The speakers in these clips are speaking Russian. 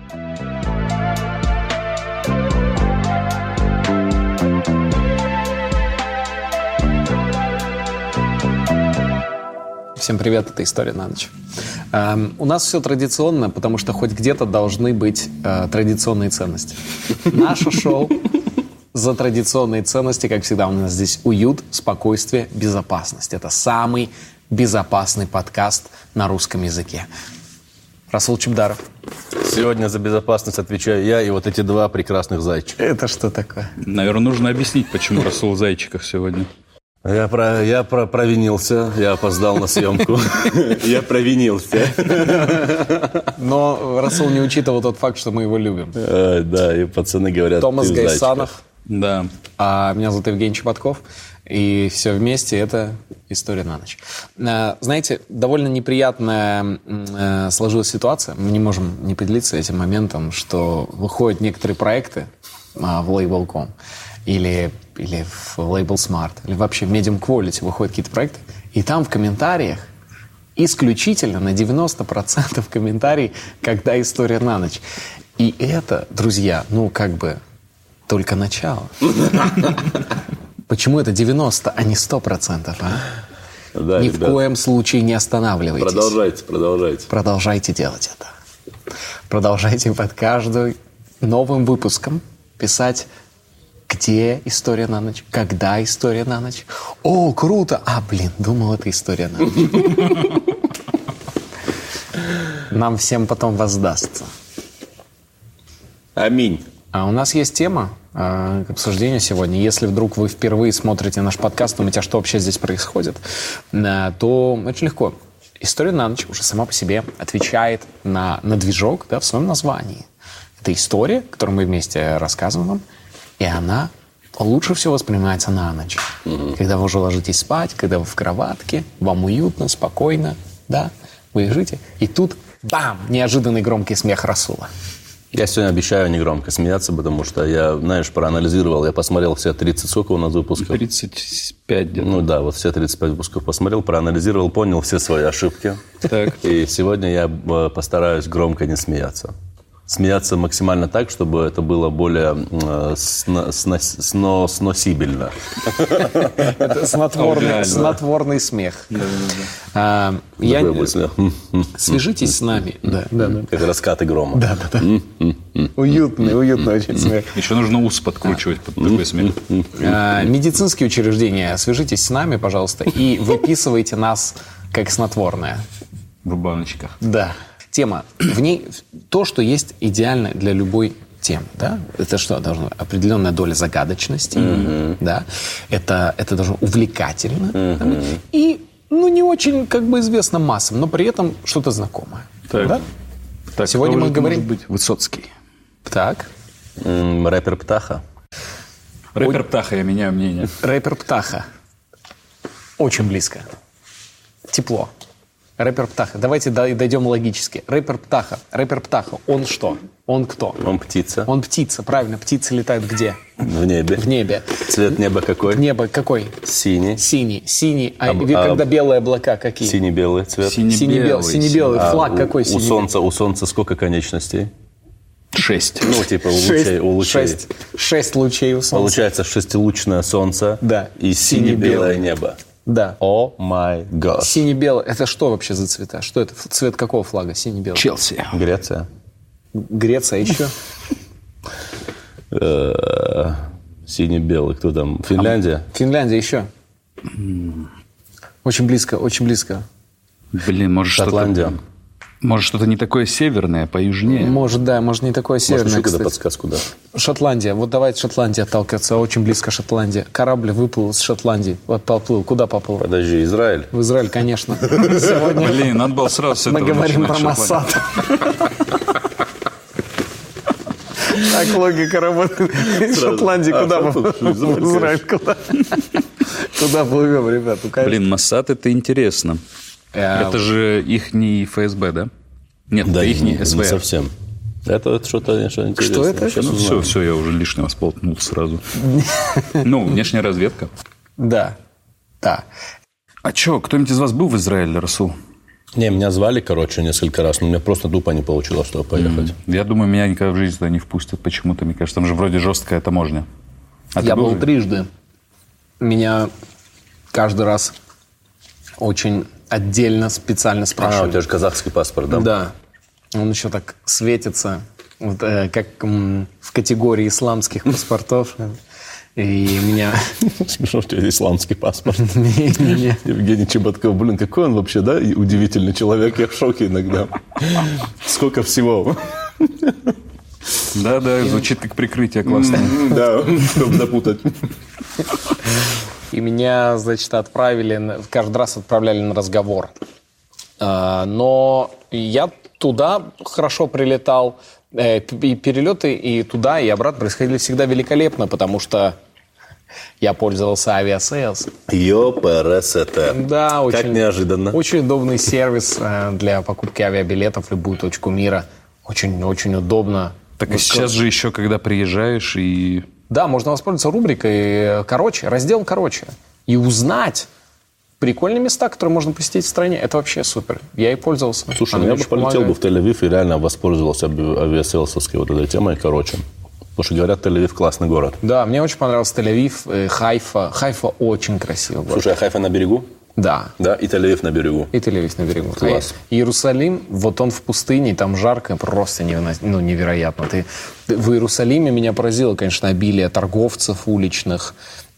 Всем привет, это «История на ночь». У нас все традиционно, потому что хоть где-то должны быть традиционные ценности. Наше шоу за традиционные ценности, как всегда, у нас здесь уют, спокойствие, безопасность. Это самый безопасный подкаст на русском языке. Расул Чебдаров. Сегодня за безопасность отвечаю я и вот эти два прекрасных зайчика. Это что такое? Наверное, нужно объяснить, почему Расул в зайчиках сегодня. Я провинился, я опоздал на съемку. Я провинился. Но Расул не учитывал тот факт, что мы его любим. Да, и пацаны говорят, Томас ты в Гайсанов. Да. А меня зовут Евгений Чеботков. И все вместе это «История на ночь». Знаете, довольно неприятная сложилась ситуация. Мы не можем не поделиться этим моментом, что выходят некоторые проекты в Label.com или в Label Smart, или вообще в Medium Quality выходят какие-то проекты, и там в комментариях исключительно на 90% комментарий, когда «История на ночь». И это, друзья, только начало. Почему это 90, а не 100%, а? Да, Ни в коем случае не останавливайтесь. Продолжайте. Продолжайте делать это. Продолжайте под каждым новым выпуском писать, где «История на ночь», когда «История на ночь». О, круто! Думал, это «История на ночь». Нам всем потом воздастся. Аминь. А у нас есть тема к обсуждению сегодня. Если вдруг вы впервые смотрите наш подкаст, думаете, а что вообще здесь происходит, то очень легко. «История на ночь» уже сама по себе отвечает на движок, в своем названии. Это история, которую мы вместе рассказываем вам, и она лучше всего воспринимается на ночь. Когда вы уже ложитесь спать, когда вы в кроватке, вам уютно, спокойно, вы лежите, и тут бам! Неожиданный громкий смех Расула. Я сегодня обещаю негромко смеяться, потому что я, проанализировал, я посмотрел все 30, сколько у нас выпусков? 35 где-то. Вот все 35 выпусков посмотрел, проанализировал, понял все свои ошибки. Так. И сегодня я постараюсь громко не смеяться. Смеяться максимально так, чтобы это было более сносибельно. Это снотворный смех. Свяжитесь с нами. Как раскаты грома. Да. Уютный очень смех. Еще нужно ус подкручивать под такой смех. Медицинские учреждения, свяжитесь с нами, пожалуйста, и выписывайте нас как снотворное. В баночках. Да. Тема. В ней то, что есть идеально для любой темы. Да? Это что? Должна определенная доля загадочности. Да? Это должно увлекательно. И не очень известно массам, но при этом что-то знакомое. Так. Да? Так, сегодня мы говорим... Может быть Высоцкий. Так. Рэпер Птаха. Рэпер Птаха, я меняю мнение. Рэпер Птаха. Очень близко. Тепло. Рэпер Птаха. Давайте дойдем логически. Рэпер Птаха. Он что? Он кто? Он птица. Он птица, правильно. Птицы летают где? В небе. В небе. Цвет неба какой? Небо какой? Синий. Синий. Когда белые облака какие? Синий-белый цвет. Синий-белый. Флаг какой синий? У Солнца сколько конечностей? 6. У лучей. 6 лучей у Солнца. Получается шестилучное Солнце. Да. И сине-белое небо. Да. О май гад. Синий-белый. Это что вообще за цвета? Что это? Цвет какого флага? Синий-белый. Челси. Греция. Греция еще? Синий-белый. Кто там? Финляндия? Финляндия еще. Очень близко. Может Шотландия. Может, что-то не такое северное, поюжнее? Может, не такое северное, Может, кстати. подсказку, да. Шотландия. Давайте Шотландия отталкиваться. Очень близко Шотландия. Корабль выплыл с Шотландии. Поплыл. Куда поплыл? Подожди, Израиль? В Израиль, конечно. Сегодня надо было сразу с этого мы говорим про Моссад. Так логика работает. Из Шотландии куда поплыл? В Израиль. Куда плывем, ребят? Моссад — это интересно. Это же ихний ФСБ, да? Нет, да, это ихний СВР. Не совсем. Это что-то интересное. Что это? Все, я уже лишнего сполтнул сразу. Внешняя разведка. Да. А что, кто-нибудь из вас был в Израиле, Расул? Не, меня звали, несколько раз, но у меня просто тупо не получилось туда поехать. Я думаю, меня никогда в жизнь туда не впустят почему-то. Мне кажется, там же вроде жесткая таможня. Я был трижды. Меня каждый раз очень отдельно, специально спрашивали. У тебя же казахский паспорт, да? Да. Он еще так светится, вот, как в категории исламских паспортов. И меня... Смешно, что у тебя исламский паспорт. Евгений Чеботков, какой он вообще, да, и удивительный человек. Я в шоке иногда. Сколько всего. Да, звучит как прикрытие классное. Да, чтобы запутать. И меня, значит, каждый раз отправляли на разговор. Но я туда хорошо прилетал. И перелеты и туда, и обратно происходили всегда великолепно, потому что я пользовался авиасейлс. ЙОПРСТ. Да, очень, как неожиданно. Очень удобный сервис для покупки авиабилетов в любую точку мира. Очень удобно. Так и сейчас же еще, когда приезжаешь и... Да, можно воспользоваться рубрикой разделом «Короче». И узнать прикольные места, которые можно посетить в стране. Это вообще супер. Я и пользовался. Слушай, я бы полетел бы в Тель-Авив и реально воспользовался авиасейлсовской вот этой темой, Потому что говорят, Тель-Авив классный город. Да, мне очень понравился Тель-Авив, Хайфа. Хайфа очень красивый город. Слушай, а Хайфа на берегу? Да. Да, и Тель-Авив на берегу. И Тель-Авив на берегу. Класс. Иерусалим, вот он в пустыне, там жарко, просто невероятно. В Иерусалиме меня поразило, конечно, обилие торговцев уличных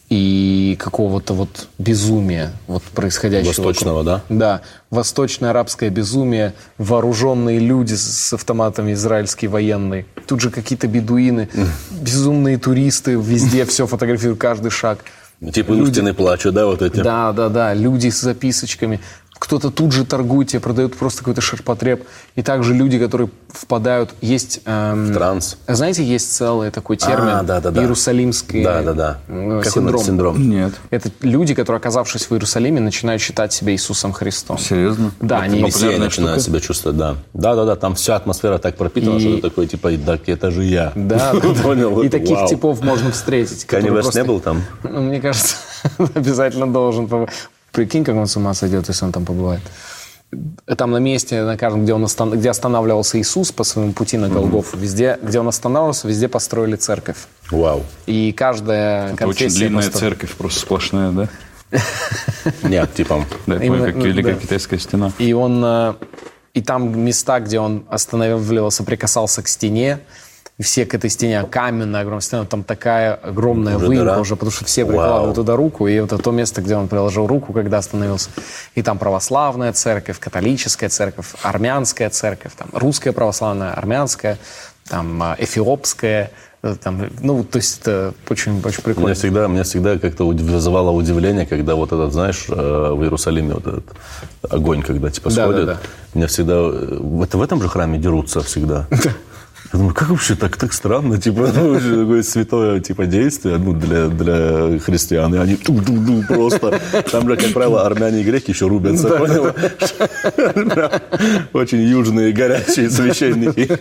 и какого-то вот безумия вот происходящего. Восточного, да? Да. Восточное арабское безумие, вооруженные люди с автоматами, израильские военные. Тут же какие-то бедуины, безумные туристы, везде все фотографируют, каждый шаг. Типа истины плачут, да, вот эти? Да, люди с записочками. Кто-то тут же торгует, тебе продает просто какой-то ширпотреб. И также люди, которые впадают... Есть... в транс. Знаете, есть целый такой термин. Иерусалимский синдром. Синдром. Нет. Это люди, которые, оказавшись в Иерусалиме, начинают считать себя Иисусом Христом. Серьезно? Да, они... Все начинают себя чувствовать, да. Да, там вся атмосфера так пропитана, что ты такой, типа, так это же я. Да, понял. И таких типов можно встретить. Канье Вест не был там? Мне кажется, обязательно должен. Прикинь, как он с ума сойдет, если он там побывает. Там на месте, на каждом, где останавливался Иисус по своему пути на Голгофу, везде, где он останавливался, везде построили церковь. Вау. И каждая конфессия... Очень длинная церковь, просто сплошная, да? Нет, типа... Да, как Великая Китайская стена. И там места, где он останавливался, прикасался к стене, все к этой стене, каменная огромная стена, там такая огромная выемка уже, потому что все прикладывают туда руку, и это то место, где он приложил руку, когда остановился. И там православная церковь, католическая церковь, армянская церковь, там русская православная, армянская, там эфиопская, там, то есть это очень прикольно. Меня всегда как-то вызывало удивление, когда вот этот, знаешь, в Иерусалиме вот этот огонь, когда типа сходит. Да. Меня всегда... В этом же храме дерутся всегда. Я думаю, как вообще так странно, типа, такое святое типа действие, для христиан, и они просто, там же, как правило, армяне и греки еще рубятся, понял? Очень южные, горячие священники.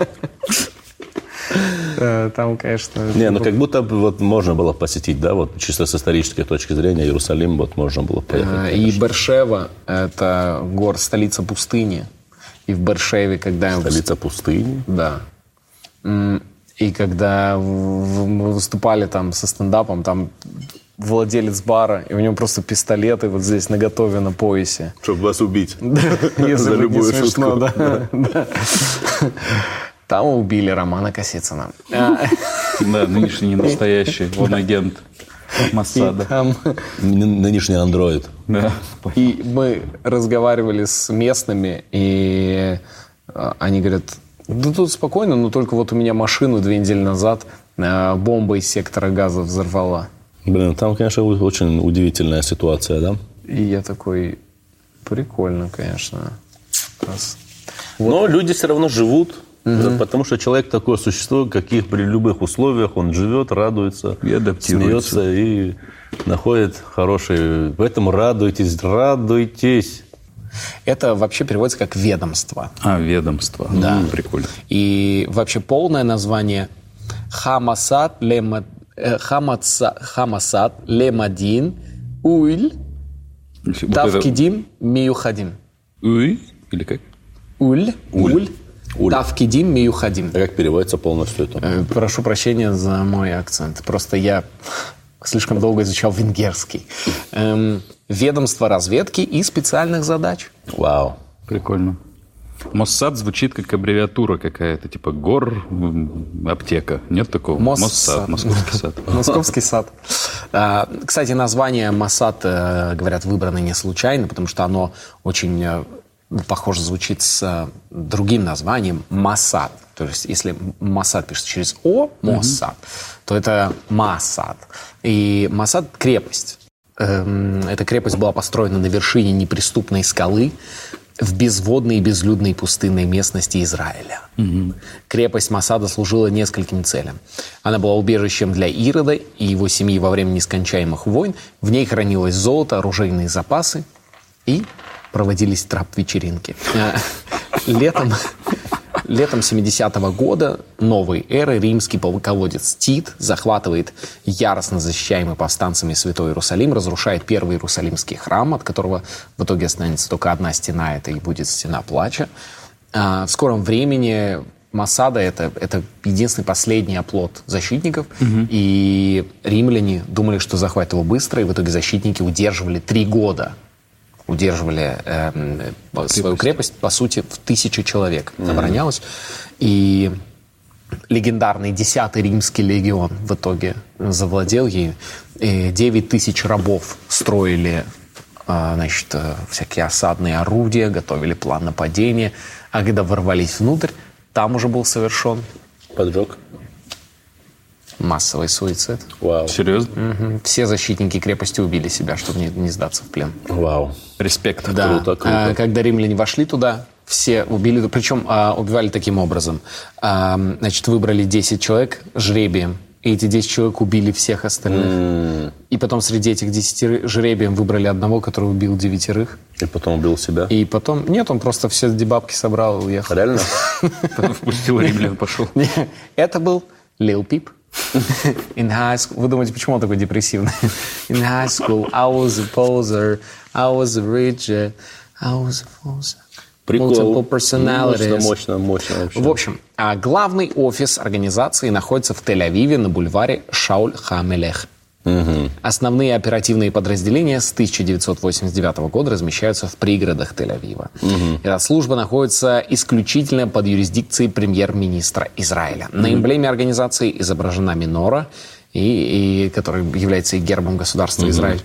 Там, конечно... как будто вот можно было посетить, да, вот чисто с исторической точки зрения, Иерусалим вот можно было поехать. И Бершева, это столица пустыни, и в Бершеве, когда... Столица пустыни? Да. И когда мы выступали там со стендапом, там владелец бара, и у него просто пистолеты вот здесь наготове на поясе. Чтобы вас убить. Если не смешно, да. Там убили Романа Косицына. Да, нынешний не настоящий, он агент Моссада. Нынешний андроид. Да. И мы разговаривали с местными, и они говорят... Да тут спокойно, но только вот у меня машину 2 недели назад бомба из сектора газа взорвала. Блин, там, конечно, очень удивительная ситуация, да? И я такой, прикольно, конечно. Но люди все равно живут, потому что человек такое существо, при любых условиях он живет, радуется, и адаптируется, смеется и находит хорошие... Поэтому радуйтесь. Это вообще переводится как ведомство. Ведомство. Да. Прикольно. И вообще полное название Хамасат Лемадин Уиль Тавкидим Миюхадим. Уй? Или как? Уль. Тавкидим миюхадим. А как переводится полностью это? Прошу прощения за мой акцент. Просто я слишком долго изучал венгерский. Ведомство разведки и специальных задач. Вау. Прикольно. Моссад звучит как аббревиатура какая-то, типа гор, аптека. Нет такого? Моссад. Московский сад. Московский сад. Кстати, название Моссад, говорят, выбрано не случайно, потому что оно очень похоже звучит с другим названием Моссад. То есть, если Моссад пишется через О, Моссад, то это Масад. И Моссад – крепость. Эта крепость была построена на вершине неприступной скалы в безводной и безлюдной пустынной местности Израиля. Крепость Моссада служила нескольким целям. Она была убежищем для Ирода и его семьи во время нескончаемых войн. В ней хранилось золото, оружейные запасы и проводились трап-вечеринки. Летом 70-го года новой эры римский полководец Тит захватывает яростно защищаемый повстанцами Святой Иерусалим, разрушает первый Иерусалимский храм, от которого в итоге останется только одна стена, это и будет стена плача. В скором времени Моссада это единственный последний оплот защитников, и римляне думали, что захватят его быстро, и в итоге защитники удерживали 3 года. Удерживали свою крепость, по сути, в 1000 человек оборонялось. И легендарный 10-й римский легион в итоге завладел ею. 9000 рабов строили, значит, всякие осадные орудия, готовили план нападения. А когда ворвались внутрь, там уже был совершен поджог. Массовый суицид. Вау. Серьезно? Все защитники крепости убили себя, чтобы не сдаться в плен. Вау. Респект. Да. Круто. Когда римляне вошли туда, все убили, причем убивали таким образом. Значит, выбрали 10 человек жребием, и эти 10 человек убили всех остальных. И потом среди этих 10 жребием выбрали одного, который убил 9. И потом убил себя? И потом... Нет, он просто все эти бабки собрал и уехал. Реально? Впустил римлян, пошел. Это был Lil Peep. In high school. Вы думаете, почему он такой депрессивный? In high school, I was a poser, I was a rich, I was a poser. Прикол. Multiple personalities. Мощно вообще. В общем, главный офис организации находится в Тель-Авиве на бульваре Шауль-Ха-Мелех. Основные оперативные подразделения с 1989 года размещаются в пригородах Тель-Авива. Эта служба находится исключительно под юрисдикцией премьер-министра Израиля. На эмблеме организации изображена минора, который является и гербом государства Израиль.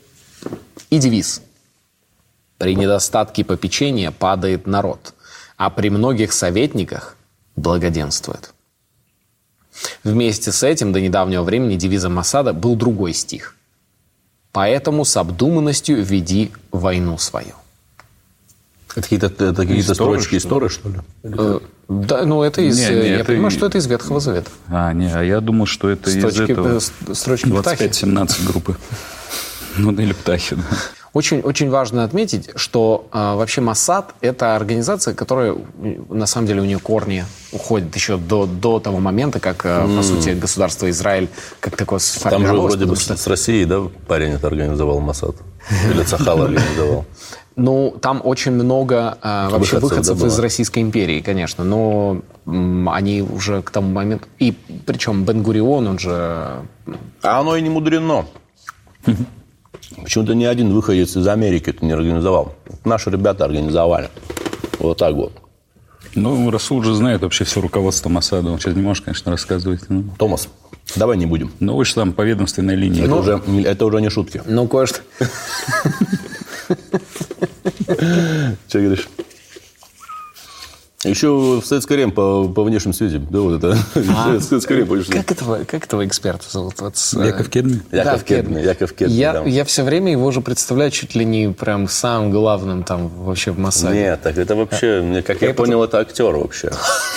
И девиз: «При недостатке попечения падает народ, а при многих советниках благоденствует». Вместе с этим до недавнего времени девизом Моссада был другой стих: «Поэтому с обдуманностью веди войну свою». Это какие-то строчки из Торы, что ли? Да, ну это из... я понимаю, что это из Ветхого Завета. А я думал, что это из этого... Строчки 25-17 группы. Ну, или Птахи, да. Очень, очень важно отметить, что вообще Моссад – это организация, которая, на самом деле, у нее корни уходят еще до того момента, как, по сути, государство Израиль как такое сформировалось. Там же вроде бы с Россией, да, парень это организовал Моссад? Или Цахал организовал? Ну, там очень много вообще выходцев из Российской империи, конечно, но они уже к тому моменту... И причем Бен-Гурион, он же... А оно и не мудрено. Почему-то ни один выходец из Америки это не организовал. Наши ребята организовали. Вот так вот. Ну, Расул уже знает вообще все руководство Моссада. Он сейчас не можешь, конечно, рассказывать. Томас, давай не будем. Ну, вы же там по ведомственной линии. Это уже не шутки. Ну, кое-что. Что говоришь? Еще в Советское время по внешним связям. Да, вот это. Советское время. Как этого эксперта зовут? Яков Кедми? Яков Кедми. Я все время его же представляю чуть ли не прям самым главным там вообще в Моссаде. Нет, так это вообще, как я понял, это актер вообще.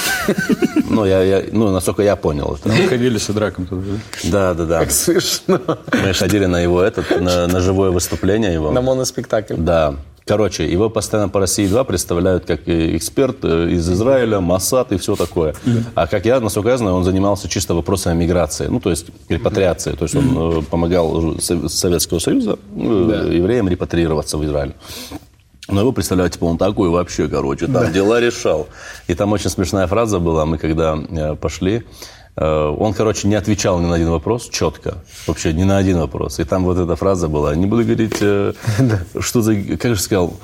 Ну, насколько я понял это. Мы ходили с Идраком туда. Да. Как смешно. Мы ходили на его на живое выступление его. На моноспектакль. Да. Короче, его постоянно по России-2 представляют как эксперт из Израиля, Моссад и все такое. А как я, насколько я знаю, он занимался чисто вопросами миграции, ну, то есть репатриации. То есть он помогал с Советского Союза евреям репатриироваться в Израиль. Но его представляют, типа, он такой вообще, короче, там дела решал. И там очень смешная фраза была, мы когда пошли, он, короче, не отвечал ни на один вопрос четко, вообще ни на один вопрос. И там вот эта фраза была, не буду говорить, что за, как же сказал,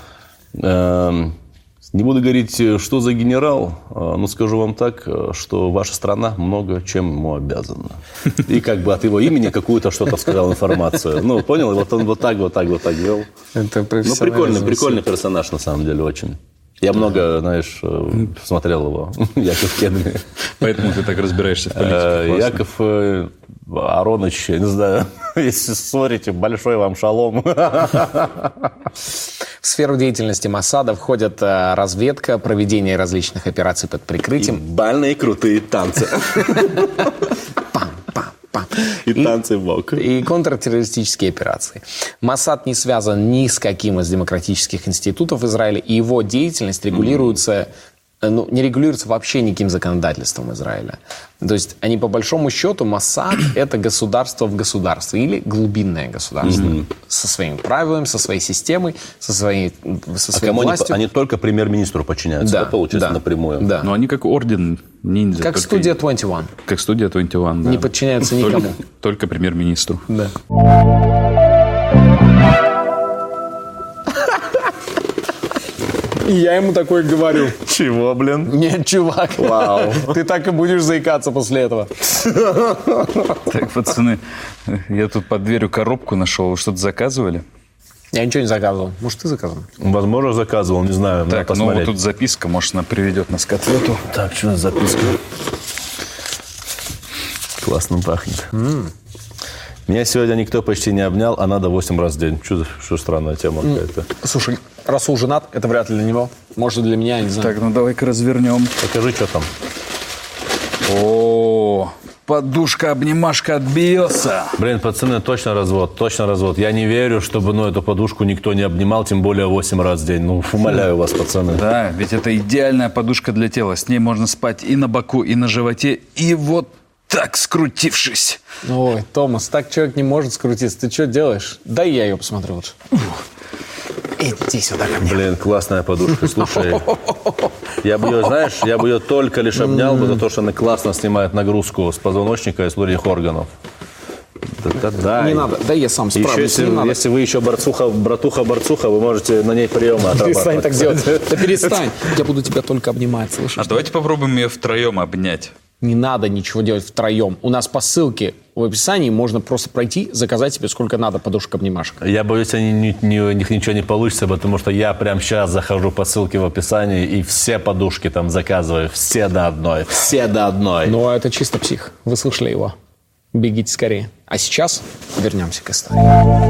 не буду говорить, что за генерал, но скажу вам так, что ваша страна много чем ему обязана. И как бы от его имени какую-то что-то сказал информацию. Ну, понял? И вот он вот так вел. Это прикольный персонаж, на самом деле, очень. Я много, знаешь, смотрел его, Яков Кедми. Поэтому ты так разбираешься в политике. Яков Аронович, я не знаю, если ссорите, большой вам шалом. В сферу деятельности Моссада входят разведка, проведение различных операций под прикрытием. И бальные крутые танцы. И танцы в бок. И контртеррористические операции. Моссад не связан ни с каким из демократических институтов Израиля, и его деятельность регулируется, не регулируется вообще никаким законодательством Израиля. То есть они по большому счету, Моссад – это государство в государстве или глубинное государство. Со своими правилами, со своей системой, со своей властью. Они только премьер-министру подчиняются, да, получается, напрямую. Да. Но они как орден ниндзя. Как студия 21. Как студия 21, да. Не подчиняются никому. Только премьер-министру. Да. И я ему такой говорю. Чего, блин? Нет, чувак. Вау. Ты так и будешь заикаться после этого. Так, пацаны, я тут под дверью коробку нашел. Вы что-то заказывали? Я ничего не заказывал. Может, ты заказывал? Возможно, заказывал, не знаю. Так, ну вот тут записка, может, она приведет нас к ответу. Так, что у нас записка? Классно пахнет. Меня сегодня никто почти не обнял, а надо 8 раз в день. Что странная тема какая-то. Слушай, Расул женат, это вряд ли для него. Может, для меня, я не знаю. Так, ну давай-ка развернем. Покажи, что там. О, подушка-обнимашка от Биоса. Блин, пацаны, точно развод. Я не верю, чтобы эту подушку никто не обнимал, тем более 8 раз в день. Ну, умоляю вас, пацаны. Да, ведь это идеальная подушка для тела. С ней можно спать и на боку, и на животе, и вот так скрутившись. Ой, Томас, так человек не может скрутиться. Ты что делаешь? Дай я ее посмотрю лучше. Иди сюда ко мне. Блин, классная подушка, слушай. Я бы ее только лишь обнял бы за то, что она классно снимает нагрузку с позвоночника и с лурьих органов. Да. Не надо, да я сам справлюсь. Если вы еще братуха-борцуха, вы можете на ней приемы отрабатывать. Перестань так делать. Да перестань. Я буду тебя только обнимать, слышишь? А давайте попробуем ее втроем обнять. Не надо ничего делать втроем. У нас по ссылке в описании можно просто пройти, заказать себе сколько надо подушек-обнимашек. Я боюсь, у них ничего не получится, потому что я прямо сейчас захожу по ссылке в описании и все подушки там заказываю. Все до одной. Но это чисто псих. Вы слышали его. Бегите скорее. А сейчас вернемся к истории.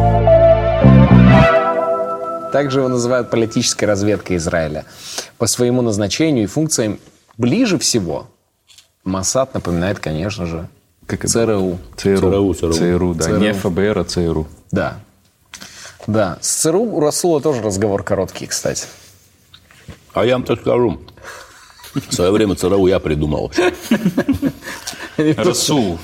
Также его называют политической разведкой Израиля. По своему назначению и функциям ближе всего Моссад напоминает, конечно же, ЦРУ. ЦРУ, да. Не ФБР, а ЦРУ. Да. Да. С ЦРУ у Расула тоже разговор короткий, кстати. А я вам так скажу. В свое время ЦРУ я придумал. Расул.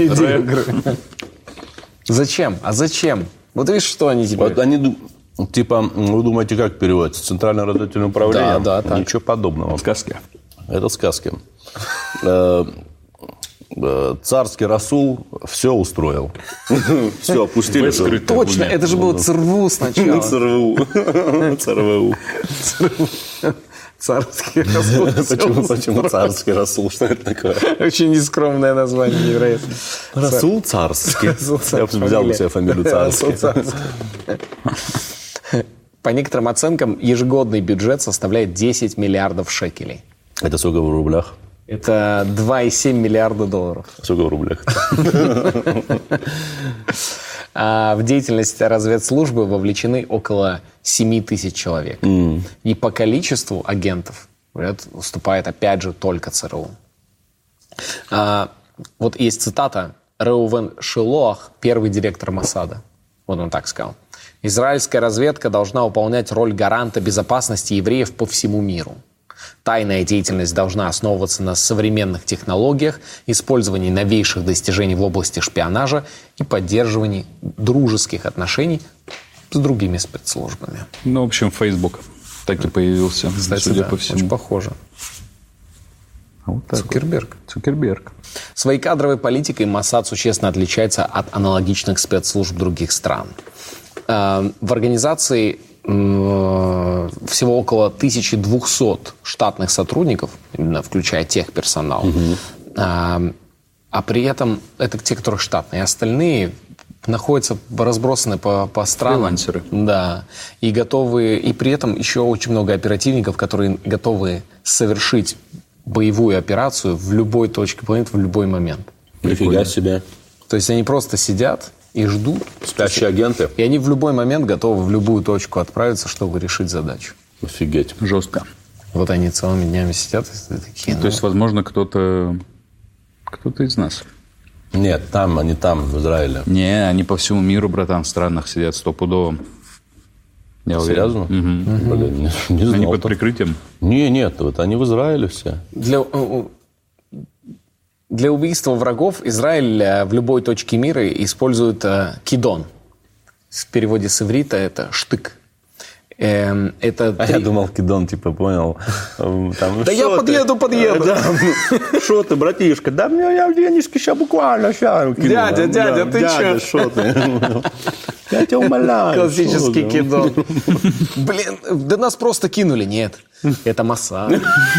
Зачем? А зачем? Вот видишь, что они теперь... Вот они, типа, вы думаете, как переводится? Центральное разведывательное управление? Да, так. Ничего подобного. Сказки. Это сказки. Царский Расул все устроил. Все, опустили. Точно, это же было ЦРУ сначала. ЦРУ. Царский Расул. Почему Царский Расул? Что это такое? Очень нескромное название еврейское. Расул Царский. Я взял у себя фамилию Царский. По некоторым оценкам, ежегодный бюджет составляет 10 миллиардов шекелей. Это сколько в рублях? Это 2,7 миллиарда долларов. Сколько в рублях? В деятельность разведслужбы вовлечены около 7 тысяч человек. И по количеству агентов, говорят, уступает опять же только ЦРУ. Вот есть цитата. Реувен Шилоах, первый директор Моссада. Вот он так сказал. Израильская разведка должна выполнять роль гаранта безопасности евреев по всему миру. Тайная деятельность должна основываться на современных технологиях, использовании новейших достижений в области шпионажа и поддерживании дружеских отношений с другими спецслужбами. Ну, в общем, Facebook. так и появился, кстати, судя по всему. Очень похоже. Вот так Цукерберг. Цукерберг. Своей кадровой политикой Моссад существенно отличается от аналогичных спецслужб других стран. В организации всего около 1200 штатных сотрудников, именно включая техперсонал. А при этом это те, которые штатные. Остальные находятся разбросаны по странам. Фрилансеры. Да. И готовы, и при этом еще очень много оперативников, которые готовы совершить боевую операцию в любой точке планеты в любой момент. Нифига себе. То есть они просто сидят и ждут. Спящие агенты. И они в любой момент готовы в любую точку отправиться, чтобы решить задачу. Офигеть. Жестко. Вот они целыми днями сидят и такие... То есть, возможно, кто-то из нас. Нет, они там, в Израиле. Не, они по всему миру, братан, в странах сидят стопудово. Я уверен. Серьезно? Блин, не знал. Они под прикрытием? Нет, вот они в Израиле все. Для убийства врагов Израиль в любой точке мира использует кидон. В переводе с иврита это штык. Я думал, кидон, типа, понял. Да я подъеду. Что ты, братишка? Да мне я денежки сейчас буквально. Дядя, ты че? Что ты? Я тебя умоляю. Классический кидон. Блин, да нас просто кинули. Нет, это Моссад.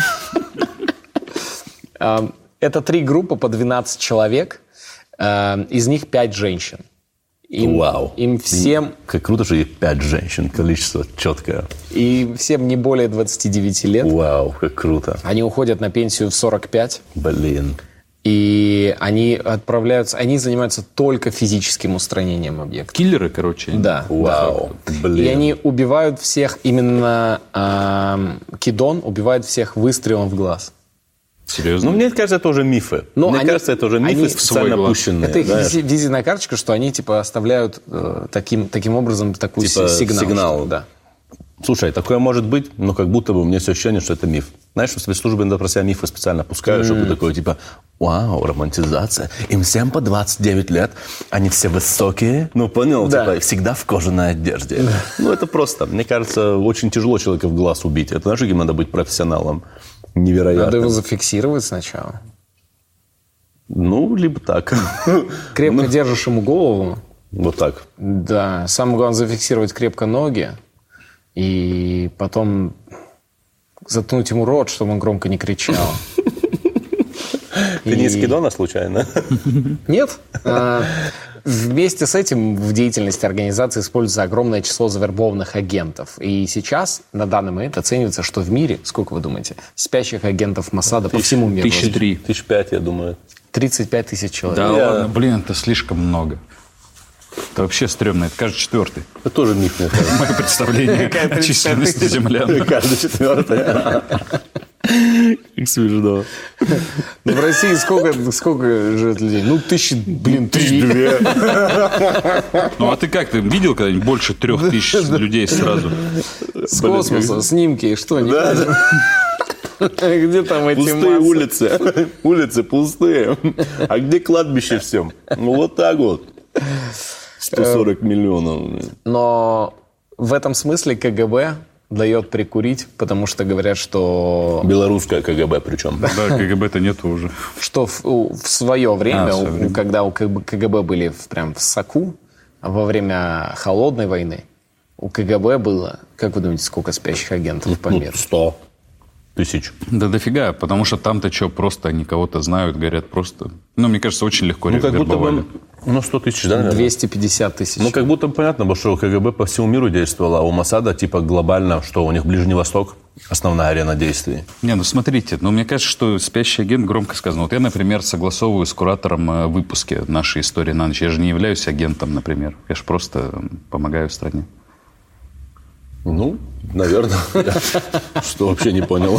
Это 3 группы по 12 человек. Из них 5 женщин. Вау. Им всем... Как круто, что есть 5 женщин, количество четкое. И всем не более 29 лет. Вау, как круто. Они уходят на пенсию в 45. Блин. И они занимаются только физическим устранением объекта. Киллеры, короче. Да. Вау, блин. И они убивают всех, именно кидон убивает всех выстрелом в глаз. Серьезно? Мне кажется, это уже мифы. Мне кажется, это уже мифы специально пущенные. Это их визитная карточка, что они типа оставляют таким образом такую сигнал. Что, да. Слушай, такое может быть, но как будто бы у меня все ощущение, что это миф. Знаешь, в спецслужбы иногда про себя мифы специально пускают, чтобы такое типа, вау, романтизация. Им всем по 29 лет, они все высокие. Ну, понял? Да. Типа, всегда в кожаной одежде. Да. Это просто. Мне кажется, очень тяжело человека в глаз убить. Это, знаешь, каким надо быть профессионалом? Невероятно. Надо его зафиксировать сначала. Либо так. Крепко держишь ему голову. Вот так. Да. Самое главное зафиксировать крепко ноги. И потом заткнуть ему рот, чтобы он громко не кричал. Ты не из кидона случайно? Нет. Вместе с этим в деятельности организации используется огромное число завербованных агентов. И сейчас, на данный момент, оценивается, что в мире, сколько вы думаете, спящих агентов Моссада по всему миру? 1003. 1005, я думаю. 35 тысяч человек. Да ладно, блин, это слишком много. Это вообще стрёмно, это каждый 4-й. Это тоже миф, мне кажется. Мое представление о численности землян. Каждый 4-й. Как смешно. В России сколько живет людей? 3. Ну, а ты как? Ты видел когда-нибудь больше 3000 людей сразу? С космоса, снимки, что? Где там эти пустые улицы. Улицы пустые. А где кладбище всем? Вот так вот. 140 миллионов. Но в этом смысле КГБ дает прикурить, потому что говорят, что... Белорусская КГБ причем. Да, КГБ-то нету уже. Что в свое время, когда у КГБ были прям в соку, во время Холодной войны, у КГБ было, как вы думаете, сколько спящих агентов по миру? 100 тысяч. Да дофига, потому что там-то что, просто они кого-то знают, говорят просто... мне кажется, очень легко вербовали. 100 тысяч, да, наверное? 250 тысяч. Как будто понятно было, что КГБ по всему миру действовало, а у Моссада типа глобально, что у них Ближний Восток основная арена действий. Смотрите, мне кажется, что спящий агент, громко сказано. Вот я, например, согласовываю с куратором выпуски нашей истории на ночь. Я же не являюсь агентом, например. Я же просто помогаю стране. Наверное. Что вообще не понял.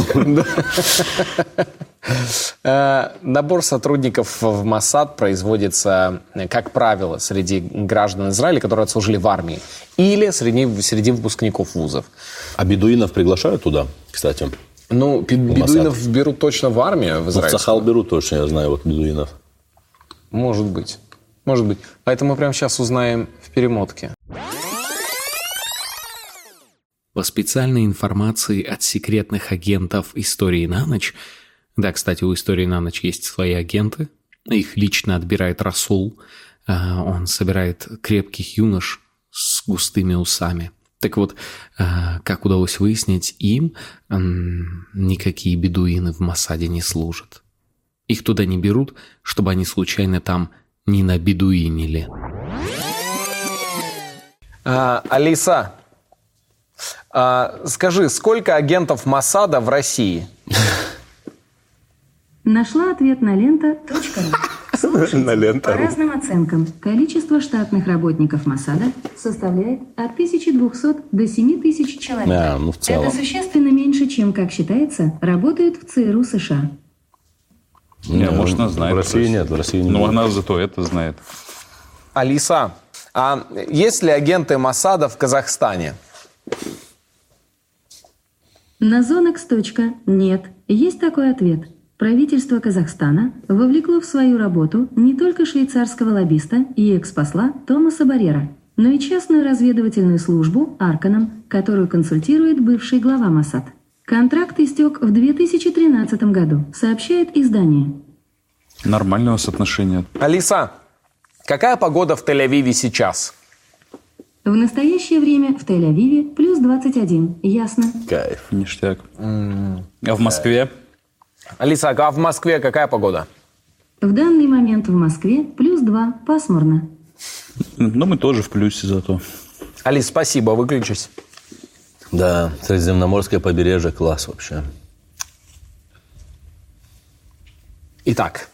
Набор сотрудников в Моссад производится, как правило, среди граждан Израиля, которые отслужили в армии, или среди выпускников вузов. А бедуинов приглашают туда, кстати? Бедуинов берут точно в армию в Израиле. В Цахал берут точно, я знаю, бедуинов. Может быть. Поэтому мы прямо сейчас узнаем в перемотке. По специальной информации от секретных агентов «Истории на ночь», да, кстати, у «Истории на ночь» есть свои агенты, их лично отбирает Расул, он собирает крепких юнош с густыми усами. Так вот, как удалось выяснить, им никакие бедуины в Моссаде не служат. Их туда не берут, чтобы они случайно там не набедуинили. Алиса, скажи, сколько агентов Моссада в России? Нашла ответ на лента.ру. Слушайте, по разным оценкам, количество штатных работников Моссада составляет от 1200 до 7000 человек. В целом. Это существенно меньше, чем, как считается, работают в ЦРУ США. Может, она знает. В России нет, Но она зато это знает. Алиса, а есть ли агенты Моссада в Казахстане? На Зонекс. Нет. Есть такой ответ. Правительство Казахстана вовлекло в свою работу не только швейцарского лоббиста и экс-посла Томаса Баррера, но и частную разведывательную службу «Арканом», которую консультирует бывший глава Моссад. Контракт истек в 2013 году, сообщает издание. Нормального соотношения. Алиса, какая погода в Тель-Авиве сейчас? В настоящее время в Тель-Авиве плюс 21. Ясно. Кайф. Ништяк. А в Москве? Алиса, а в Москве какая погода? В данный момент в Москве плюс 2. Пасмурно. Но мы тоже в плюсе зато. Алис, спасибо, выключись. Да, Средиземноморское побережье, класс вообще. Итак,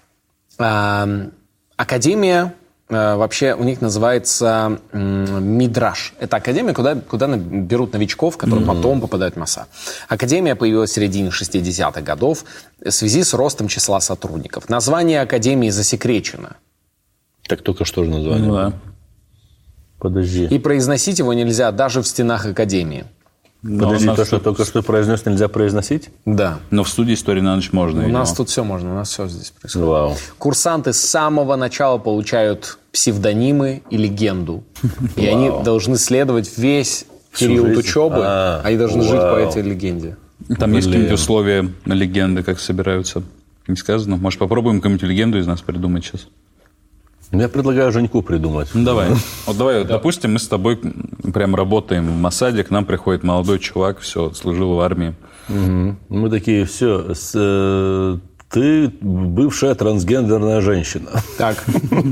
академия, вообще у них называется Мидраш. Это академия, куда берут новичков, которые потом попадают в Моссад. Академия появилась в середине 60-х годов в связи с ростом числа сотрудников. Название академии засекречено. Так только что же название? Ну, да. Подожди. И произносить его нельзя даже в стенах академии. Подожди, то, что только что произнес, нельзя произносить? Да. Но в студии «Истории на ночь» можно. У нас тут все можно, у нас все здесь происходит. Вау. Курсанты с самого начала получают псевдонимы и легенду. И они должны следовать весь период учебы, они должны жить по этой легенде. Там есть какие-нибудь условия на легенды, как собираются? Не сказано? Может, попробуем какую-нибудь легенду из нас придумать сейчас? Я предлагаю Женьку придумать. Ну, давай. Вот давай, допустим, мы с тобой прям работаем в Моссаде, к нам приходит молодой чувак, все, служил в армии. Мы такие, все, ты бывшая трансгендерная женщина. Так.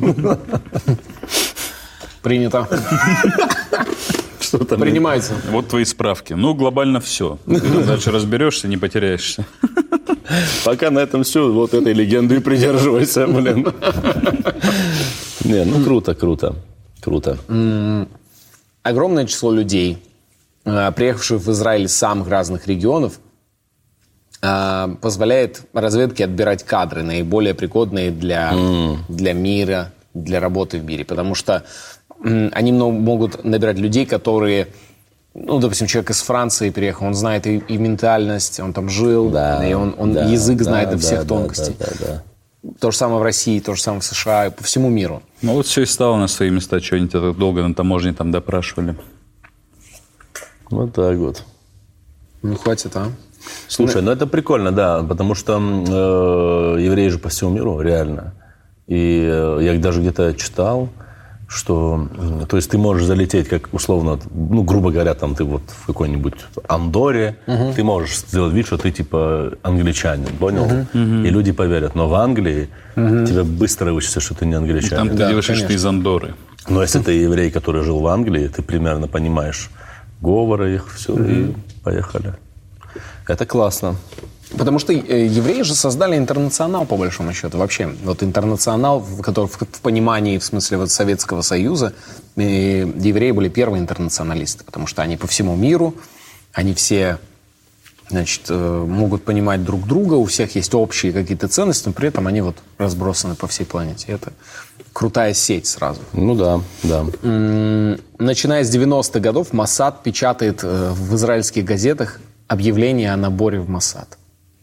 Принято. Что там? Принимается. Вот твои справки. Ну, глобально все. Ты дальше разберешься, не потеряешься. Пока на этом все, вот этой легенды и придерживайся, блин. Не, ну круто. Огромное число людей, приехавших в Израиль из самых разных регионов, позволяет разведке отбирать кадры, наиболее пригодные для мира, для работы в мире. Потому что они могут набирать людей, которые... Ну, допустим, человек из Франции переехал, он знает и ментальность, он там жил, и он язык знает до всех тонкостей. Да. То же самое в России, то же самое в США, и по всему миру. Ну, вот все и стало на свои места, что они тебя так долго на таможне там допрашивали. Вот так вот. Ну, хватит, а? Слушай, ну это прикольно, да, потому что евреи же по всему миру, реально. И я даже где-то читал, что, то есть ты можешь залететь, как условно, ну, грубо говоря, там ты вот в какой-нибудь Андорре, ты можешь сделать вид, что ты типа англичанин, понял? И люди поверят. Но в Англии тебя быстро вычислят, что ты не англичанин. Там ты делаешь, что ты из Андорры. Но если ты еврей, который жил в Англии, ты примерно понимаешь говоры их, все, и поехали. Это классно. Потому что евреи же создали интернационал, по большому счету, вообще. Вот интернационал, который в понимании, в смысле вот Советского Союза, евреи были первые интернационалисты, потому что они по всему миру, они все, значит, могут понимать друг друга, у всех есть общие какие-то ценности, но при этом они вот разбросаны по всей планете. Это крутая сеть сразу. Ну да. Начиная с 90-х годов Моссад печатает в израильских газетах объявление о наборе в Моссад.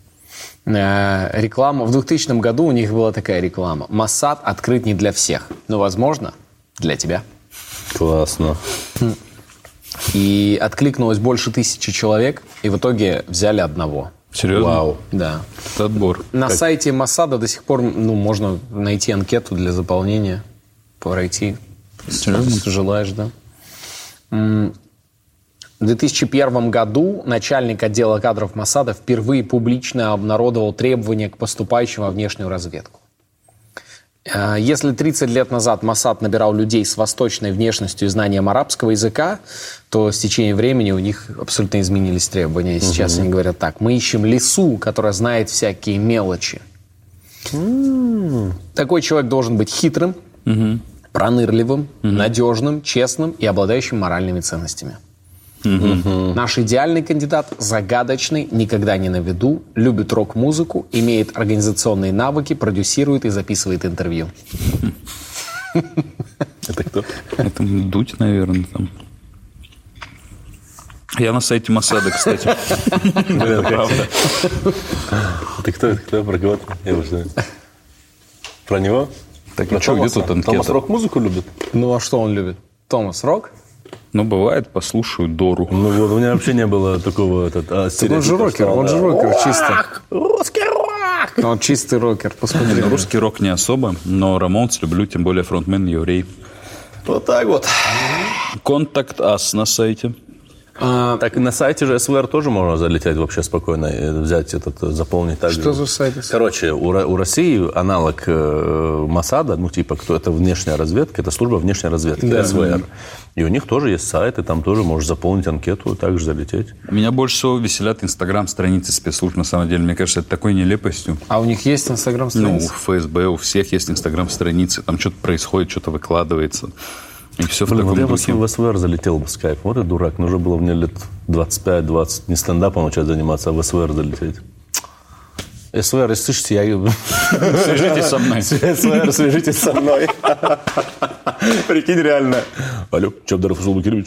Реклама. В 2000 году у них была такая реклама. Моссад открыт не для всех, но, возможно, для тебя. Классно. И откликнулось больше 1000 человек, и в итоге взяли одного. Серьезно? Вау. Да. Это отбор. На сайте Моссада до сих пор можно найти анкету для заполнения, пройти. Серьезно? Если желаешь, да. В 2001 году начальник отдела кадров Моссада впервые публично обнародовал требования к поступающим во внешнюю разведку. Если 30 лет назад Моссад набирал людей с восточной внешностью и знанием арабского языка, то с течением времени у них абсолютно изменились требования. И сейчас они говорят так: мы ищем лису, которая знает всякие мелочи. Такой человек должен быть хитрым, пронырливым, надежным, честным и обладающим моральными ценностями. Наш идеальный кандидат загадочный, никогда не на виду, любит рок-музыку, имеет организационные навыки, продюсирует и записывает интервью. Это кто? Это Дудь, наверное, там. Я на сайте Моссада, кстати. Правда. Ты кто? Про кого-то? Я уже знаю. Про него? Так и что, где тут анкета? Томас рок-музыку любит? Ну а что он любит? Томас Рок? Ну, бывает, послушаю Дору. Ну вот, у меня вообще не было такого стереотипа. Он же рокер, чисто. Русский рок! Он чистый рокер, посмотри. Русский рок не особо, но Рамонс люблю, тем более фронтмен еврей. Вот так вот. Контакт Ас на сайте. Так и на сайте же СВР тоже можно залететь вообще спокойно, и взять заполнить так. Что за сайт? Короче, у России аналог Моссада, кто это внешняя разведка, это служба внешней разведки, СВР. И у них тоже есть сайт, и там тоже можешь заполнить анкету и также залететь. Меня больше всего веселят инстаграм-страницы спецслужб, на самом деле. Мне кажется, это такой нелепостью. А у них есть инстаграм-страницы? У ФСБ, у всех есть инстаграм-страницы. Там что-то происходит, что-то выкладывается. И все в таком духе. Я в СВР залетел в скайп. Вот и дурак. Нужно было мне лет 25-20 не стендапом начать заниматься, а в СВР залететь. СВР, слышите, Свяжитесь со мной. СВР, свяжитесь со мной. Прикинь, реально. Алло, Чавдаров Расул Бакирович.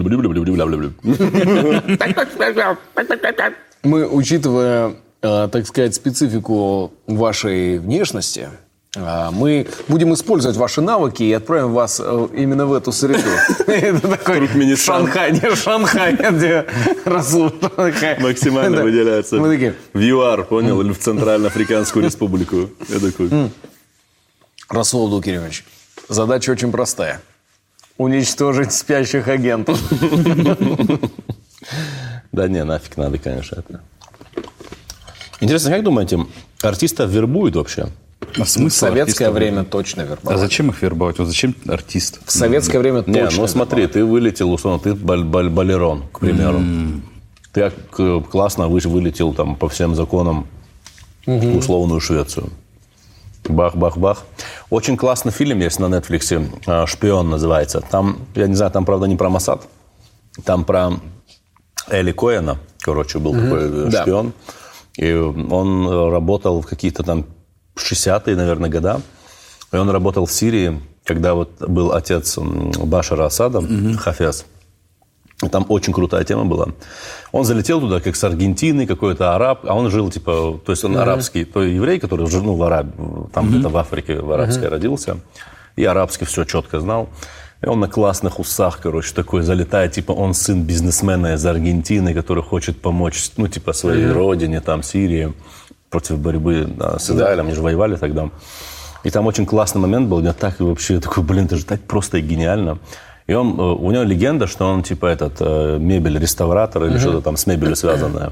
Мы, учитывая, так сказать, специфику вашей внешности, мы будем использовать ваши навыки и отправим вас именно в эту среду. Это такой Шанхай, где Расул. Максимально выделяется. В ЮАР, понял? Или в Центральноафриканскую республику. Я такой. Расул Дукиревич, задача очень простая. Уничтожить спящих агентов. Да не, нафиг надо, конечно. Это. Интересно, как думаете, артистов вербуют вообще? В советское время точно вербовали. А зачем их вербовать? Вот зачем артист? В советское время точно вербовали. Ну смотри, ты вылетел, условно, ты балерон, к примеру. Ты классно вылетел там по всем законам в условную Швецию. Бах-бах-бах. Очень классный фильм есть на Netflix, «Шпион» называется. Там, я не знаю, там, правда, не про Моссад. Там про Эли Коэна, короче, был такой шпион. И он работал в какие-то там 60-е, наверное, года. И он работал в Сирии, когда вот был отец Башара Асада, Хафез. И там очень крутая тема была. Он залетел туда, как с Аргентины, какой-то араб, а он жил, типа, то есть он арабский, то еврей, который жил, в Арабии, там где-то в Африке, в арабской родился, и арабский все четко знал. И он на классных усах, короче, такой залетает, типа, он сын бизнесмена из Аргентины, который хочет помочь, ну, типа, своей родине, там, Сирии, против борьбы с Израилем, они же воевали тогда. И там очень классный момент был, я так вообще такой, блин, это же так просто и гениально. И у него легенда, что он типа мебель-реставратор или что-то там с мебелью связанное.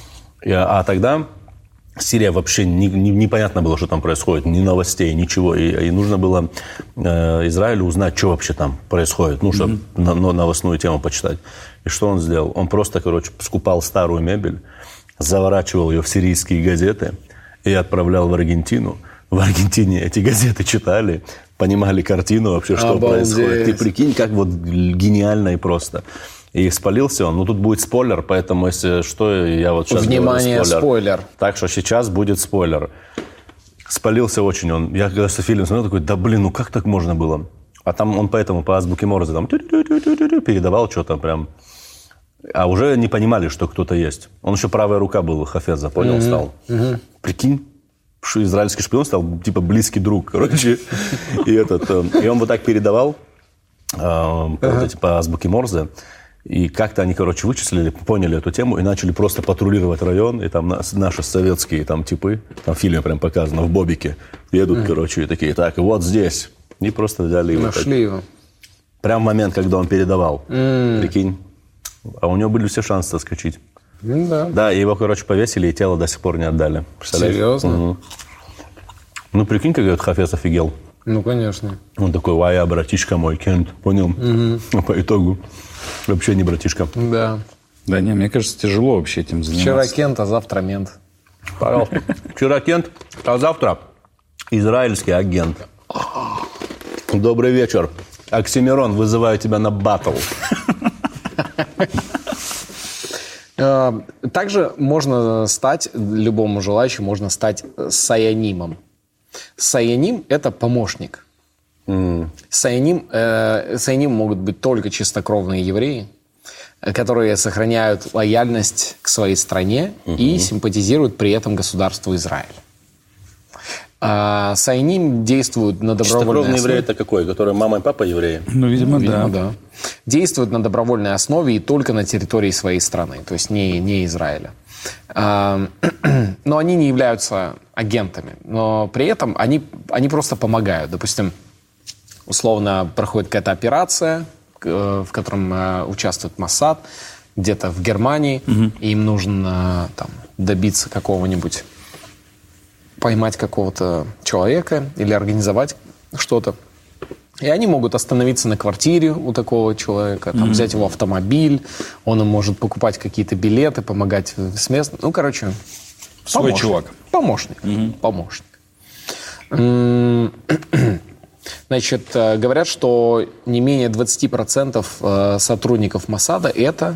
А тогда Сирия вообще непонятно было, что там происходит, ни новостей, ничего. И нужно было Израилю узнать, что вообще там происходит, ну, чтобы новостную тему почитать. И что он сделал? Он просто, короче, скупал старую мебель, заворачивал ее в сирийские газеты и отправлял в Аргентину. В Аргентине эти газеты читали, понимали картину вообще, что происходит. Ты прикинь, как вот гениально и просто. И спалился он. Ну, тут будет спойлер, поэтому, если что, я вот сейчас внимание, говорю спойлер. Так что сейчас будет спойлер. Спалился очень он. Я когда фильм смотрел, такой, да блин, ну как так можно было? А там он поэтому по азбуке Морзе там передавал что-то прям. А уже не понимали, что кто-то есть. Он еще правая рука был, Хафеза, понял, стал. Прикинь. Израильский шпион стал, типа, близкий друг, короче. И он вот так передавал по азбуке Морзе. И как-то они, вычислили, поняли эту тему и начали просто патрулировать район. И там наши советские там типы, там в фильме прям показано, в бобике, едут, и такие, так, и вот здесь. И просто взяли его. Нашли его. Прям в момент, когда он передавал. Прикинь. А у него были все шансы отскочить. Да. Да, и его, повесили, и тело до сих пор не отдали. Серьезно? Угу. Ну, прикинь, как этот Хафез офигел. Ну, конечно. Он такой, я братишка мой, Кент, понял? А по итогу вообще не братишка. Да. Да не, мне кажется, тяжело вообще этим заниматься. Вчера Кент, а завтра мент. Пожалуйста. Вчера Кент, а завтра израильский агент. Добрый вечер. Оксимирон, вызываю тебя на баттл. Также можно стать, любому желающему можно стать саянимом. Саяним – это помощник. Саяним могут быть только чистокровные евреи, которые сохраняют лояльность к своей стране и симпатизируют при этом государству Израиль. Саяним действуют на добровольной основе. Чистокровный еврей это какой? Который мама и папа евреи? Ну, видимо, да. Действуют на добровольной основе и только на территории своей страны, то есть не Израиля. Но они не являются агентами. Но при этом они просто помогают. Допустим, условно проходит какая-то операция, в котором участвует Моссад, где-то в Германии, и им нужно добиться какого-нибудь, поймать какого-то человека или организовать что-то. И они могут остановиться на квартире у такого человека, взять его автомобиль, он им может покупать какие-то билеты, помогать с местом. Ну, короче, свой чувак. Помощник. Значит, говорят, что не менее 20% сотрудников Моссада это...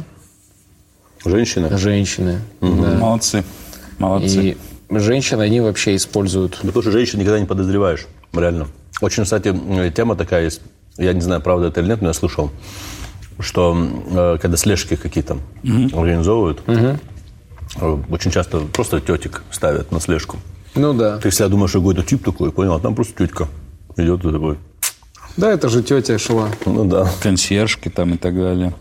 Женщины. Да. Молодцы. И женщины, они вообще используют... Потому что женщин никогда не подозреваешь, реально. Очень, кстати, тема такая есть, я не знаю, правда это или нет, но я слышал, что когда слежки какие-то организовывают, очень часто просто тетек ставят на слежку. Ну да. Ты всегда думаешь, что какой-то тип такой, понял, а там просто тетка идет и такой. Да, это же тетя шла. Ну да. Консьержки там и так далее.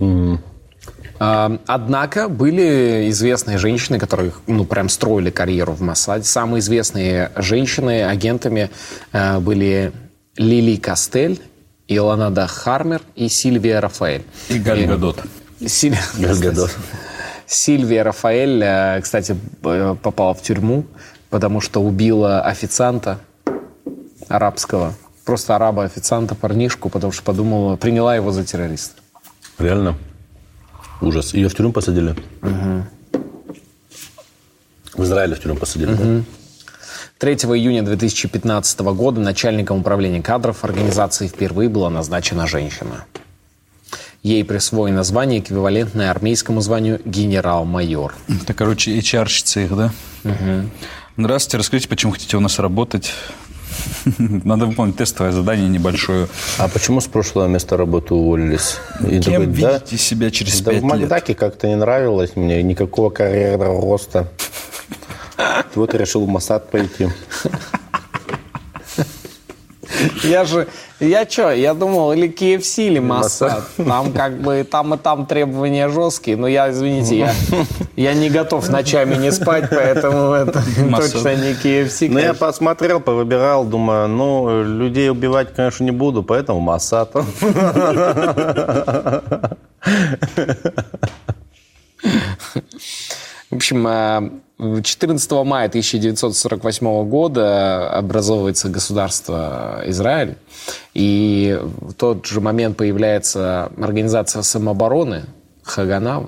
Однако были известные женщины, которые прям строили карьеру в Моссаде. Самые известные женщины агентами были Лили Кастель, Илона Хармер и Сильвия Рафаэль. И Галь Гадот. Сильвия Рафаэль, кстати, попала в тюрьму, потому что убила официанта арабского. Просто араба-официанта, парнишку, потому что приняла его за террориста. Реально? Ужас. Ее в тюрьму посадили? В Израиле в тюрьму посадили, да? 3 июня 2015 года начальником управления кадров организации впервые была назначена женщина. Ей присвоено звание, эквивалентное армейскому званию генерал-майор. Это, HR-щица их, да? Здравствуйте, расскажите, почему хотите у нас работать? Надо выполнить тестовое задание небольшое. А почему с прошлого места работы уволились? Кем видите себя через 5 лет? В Макдаке как-то не нравилось мне, никакого карьерного роста. Вот решил в Моссад пойти. Я думал, или KFC, или Моссад. Там там требования жесткие. Но извините, я не готов ночами не спать, поэтому это точно не KFC. Ну, я посмотрел, повыбирал, думаю, людей убивать, конечно, не буду, поэтому Моссад. В общем, 14 мая 1948 года образовывается государство Израиль, и в тот же момент появляется организация самообороны Хагана.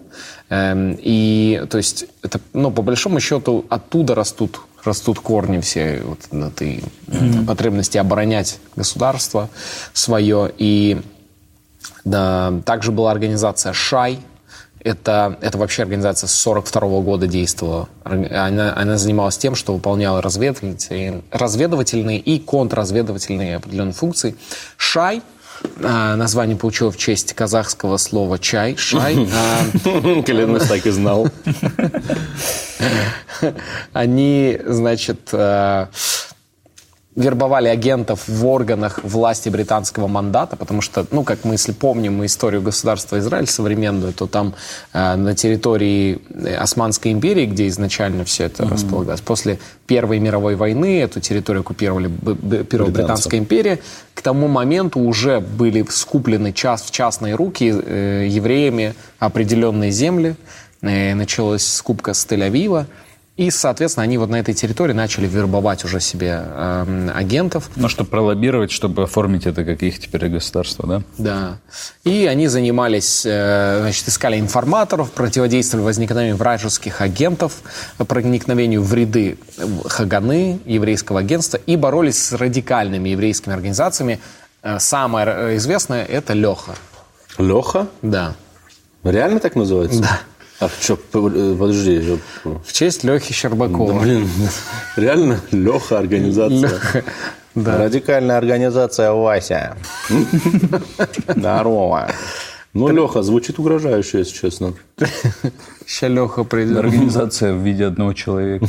И, то есть, это, по большому счету, оттуда растут корни все этой потребности оборонять государство свое. И также была организация Шай. Это вообще организация с 1942 года действовала. Она занималась тем, что выполняла разведывательные и контрразведывательные определенные функции. Шай, название получило в честь казахского слова «чай». Шай. Клянусь, так и знал. Они, значит, вербовали агентов в органах власти британского мандата, потому что, ну, как мы, если помним историю государства Израиль современную, то там на территории Османской империи, где изначально все это располагалось, после Первой мировой войны эту территорию оккупировали Британская империя, к тому моменту уже были скуплены в частные руки евреями определенные земли, началась скупка с Тель-Авива, и, соответственно, они вот на этой территории начали вербовать уже себе агентов. Ну, чтобы пролоббировать, чтобы оформить это как их теперь государство, да? Да. И они занимались, значит, искали информаторов, противодействовали возникновению вражеских агентов, проникновению в ряды Хаганы, еврейского агентства, и боролись с радикальными еврейскими организациями. Самое известное – это Леха. Леха? Да. Реально так называется? Да. А что, подожди. В честь Лехи Щербакова. Да, блин, реально Леха организация. Леха, да. Радикальная организация Вася. Здорово. Ну, Леха звучит угрожающе, если честно. Сейчас Леха придет. Организация в виде одного человека.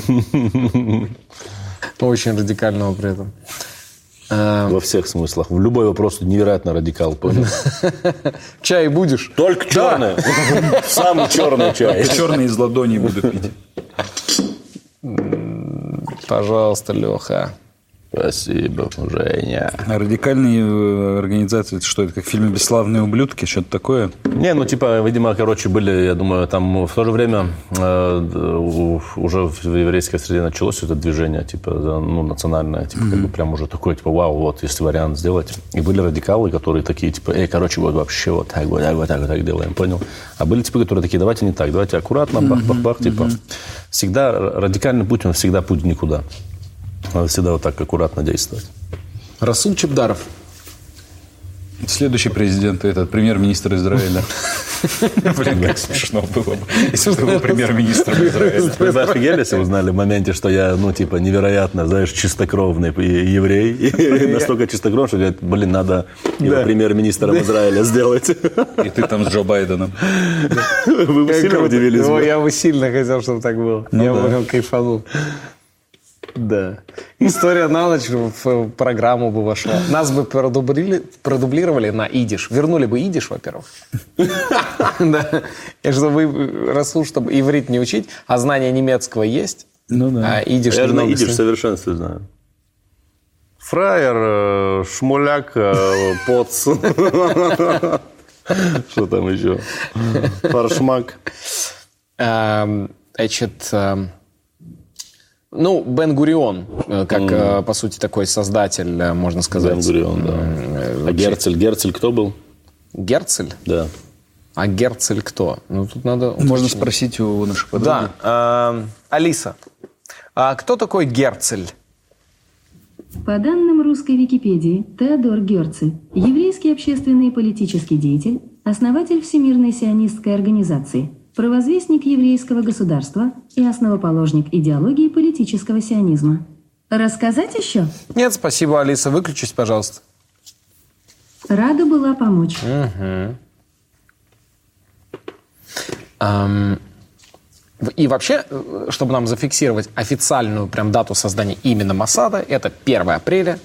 Очень радикального при этом. Во всех смыслах. В любой вопрос невероятно радикал, понял? Чай будешь? Только черный. Самый черный чай. Черный из ладони буду пить. Пожалуйста, Леха. Спасибо, Женя. А радикальные организации, это что, это как в фильме «Бесславные ублюдки», что-то такое? Не, ну, типа, видимо, короче, были, я думаю, там в то же время уже в еврейской среде началось это движение, типа, ну, национальное, типа, как бы прям уже такое, типа, вау, вот, если вариант сделать. И были радикалы, которые такие, типа, короче, вот вообще вот так делаем, понял? А были, типа, которые такие, давайте не так, давайте аккуратно, бах-бах-бах, типа. Всегда радикальный путь, он всегда путь никуда. Надо всегда вот так аккуратно действовать. Расул Чебдаров. Следующий президент, этот премьер-министр Израиля. Блин, как смешно было бы, если бы был премьер-министром Израиля. Вы офигели, если узнали в моменте, что я, ну, типа, невероятно, знаешь, чистокровный еврей. И настолько чистокровный, что говорят, блин, надо его премьер-министром Израиля сделать. И ты там с Джо Байденом. Вы бы сильно удивились. Я бы сильно хотел, чтобы так было. Я бы кайфанул. Да. История на ночь в программу бы вошла. Нас бы продублировали на идиш. Вернули бы идиш, во-первых. Да. И чтобы Расул, чтобы иврит не учить, а знание немецкого есть. Ну да. Я А идиш на идиш в совершенстве знаю. Фраер, шмуляк, поц. Что там еще? Фаршмак. Значит... Ну, Бен-Гурион, как, по сути, такой создатель, можно сказать. Бен-Гурион, да. А Герцель? Герцель кто был? Герцель? Да. А Герцель кто? Ну, тут надо... Можно спросить у наших подруг. Да. Алиса, а кто такой Герцель? По данным русской Википедии, Теодор Герцель – еврейский общественный и политический деятель, основатель Всемирной сионистской организации, провозвестник еврейского государства и основоположник идеологии политического сионизма. Рассказать еще? Нет, спасибо, Алиса. Выключись, пожалуйста. Рада была помочь. И вообще, чтобы нам зафиксировать официальную прям дату создания именно Моссада, это 1 апреля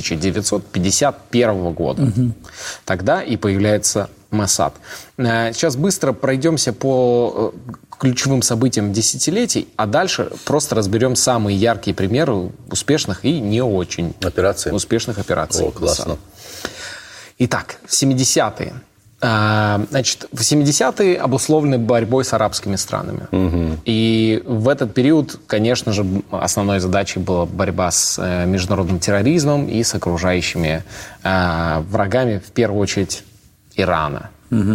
1951 года. Тогда и появляется Моссад. Сейчас быстро пройдемся по ключевым событиям десятилетий, а дальше просто разберем самые яркие примеры успешных и не очень успешных операций. О, классно. Итак, 70-е. Значит, в 70-е обусловлены борьбой с арабскими странами. И в этот период, конечно же, основной задачей была борьба с международным терроризмом и с окружающими врагами, в первую очередь, Ирана.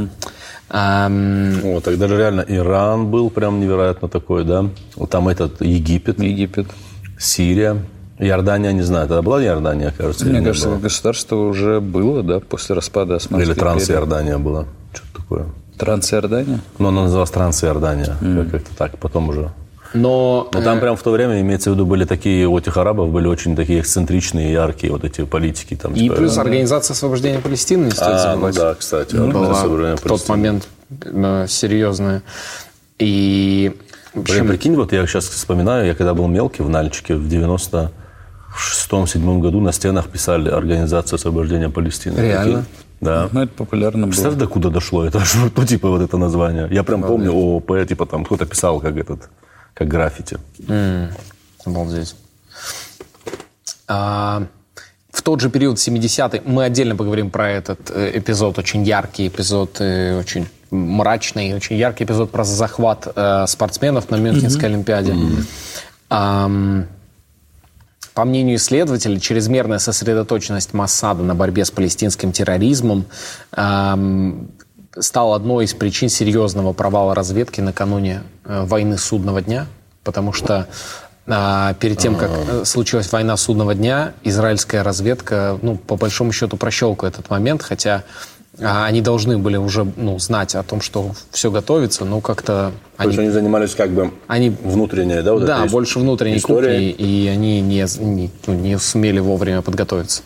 Тогда же реально Иран был прям невероятно такой, да? Вот там этот Египет, Сирия. Иордания, не знаю, тогда была Иордания, кажется? Мне кажется, государство уже было, да, после распада Османской империи. Или Трансиордания была, что-то такое. Трансиордания? Ну, она называлась Трансиордания, как-то так, потом уже. Но там прям в то время, имеется в виду, были такие, у этих арабов были очень такие эксцентричные, яркие вот эти политики. Там, и плюс Организация освобождения Палестины, не стоит забывать. Ну да, кстати. Была в тот момент серьезная. И... Прикинь, вот я сейчас вспоминаю, я когда был мелкий в Нальчике в 90... в 1906-1907 году на стенах писали «Организация освобождения Палестины». Реально? Да. Ну, это популярно было. Представь, докуда дошло это, ну, типа, вот это название. Я прям помню ООП, типа, там кто-то писал, как граффити. Обалдеть. В тот же период, 70-й, мы отдельно поговорим про этот эпизод, очень яркий эпизод, очень мрачный, очень яркий эпизод про захват спортсменов на Мюнхенской Олимпиаде. По мнению исследователей, чрезмерная сосредоточенность Моссада на борьбе с палестинским терроризмом стала одной из причин серьезного провала разведки накануне войны Судного дня, потому что перед тем, как случилась война Судного дня, израильская разведка, по большому счету, прощелкала этот момент, хотя они должны были уже знать о том, что все готовится, но как-то... То есть они занимались внутренней, да? Да, больше внутренней кухней, и они не сумели вовремя подготовиться.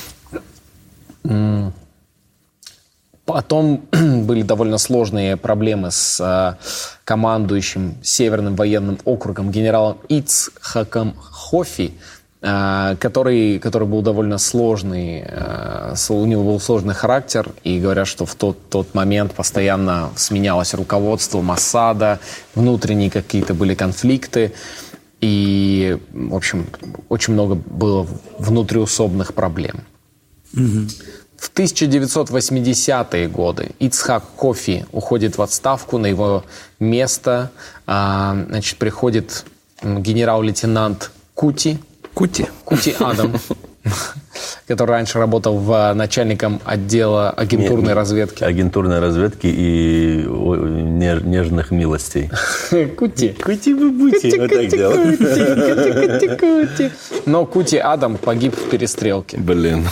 Потом были довольно сложные проблемы с командующим Северным военным округом генералом Ицхаком Хофи, который был довольно сложный, у него был сложный характер, и говорят, что в тот момент постоянно сменялось руководство Моссада, внутренние какие-то были конфликты, и, в общем, очень много было внутриусобных проблем. В 1980-е годы Ицхак Хофи уходит в отставку, на его место приходит генерал-лейтенант Кути Адам, который раньше работал начальником отдела агентурной разведки. Агентурной разведки и нежных милостей. Кути. Кути-бу-бути. Вот так делал. Кути. Но Кути Адам погиб в перестрелке. Блин.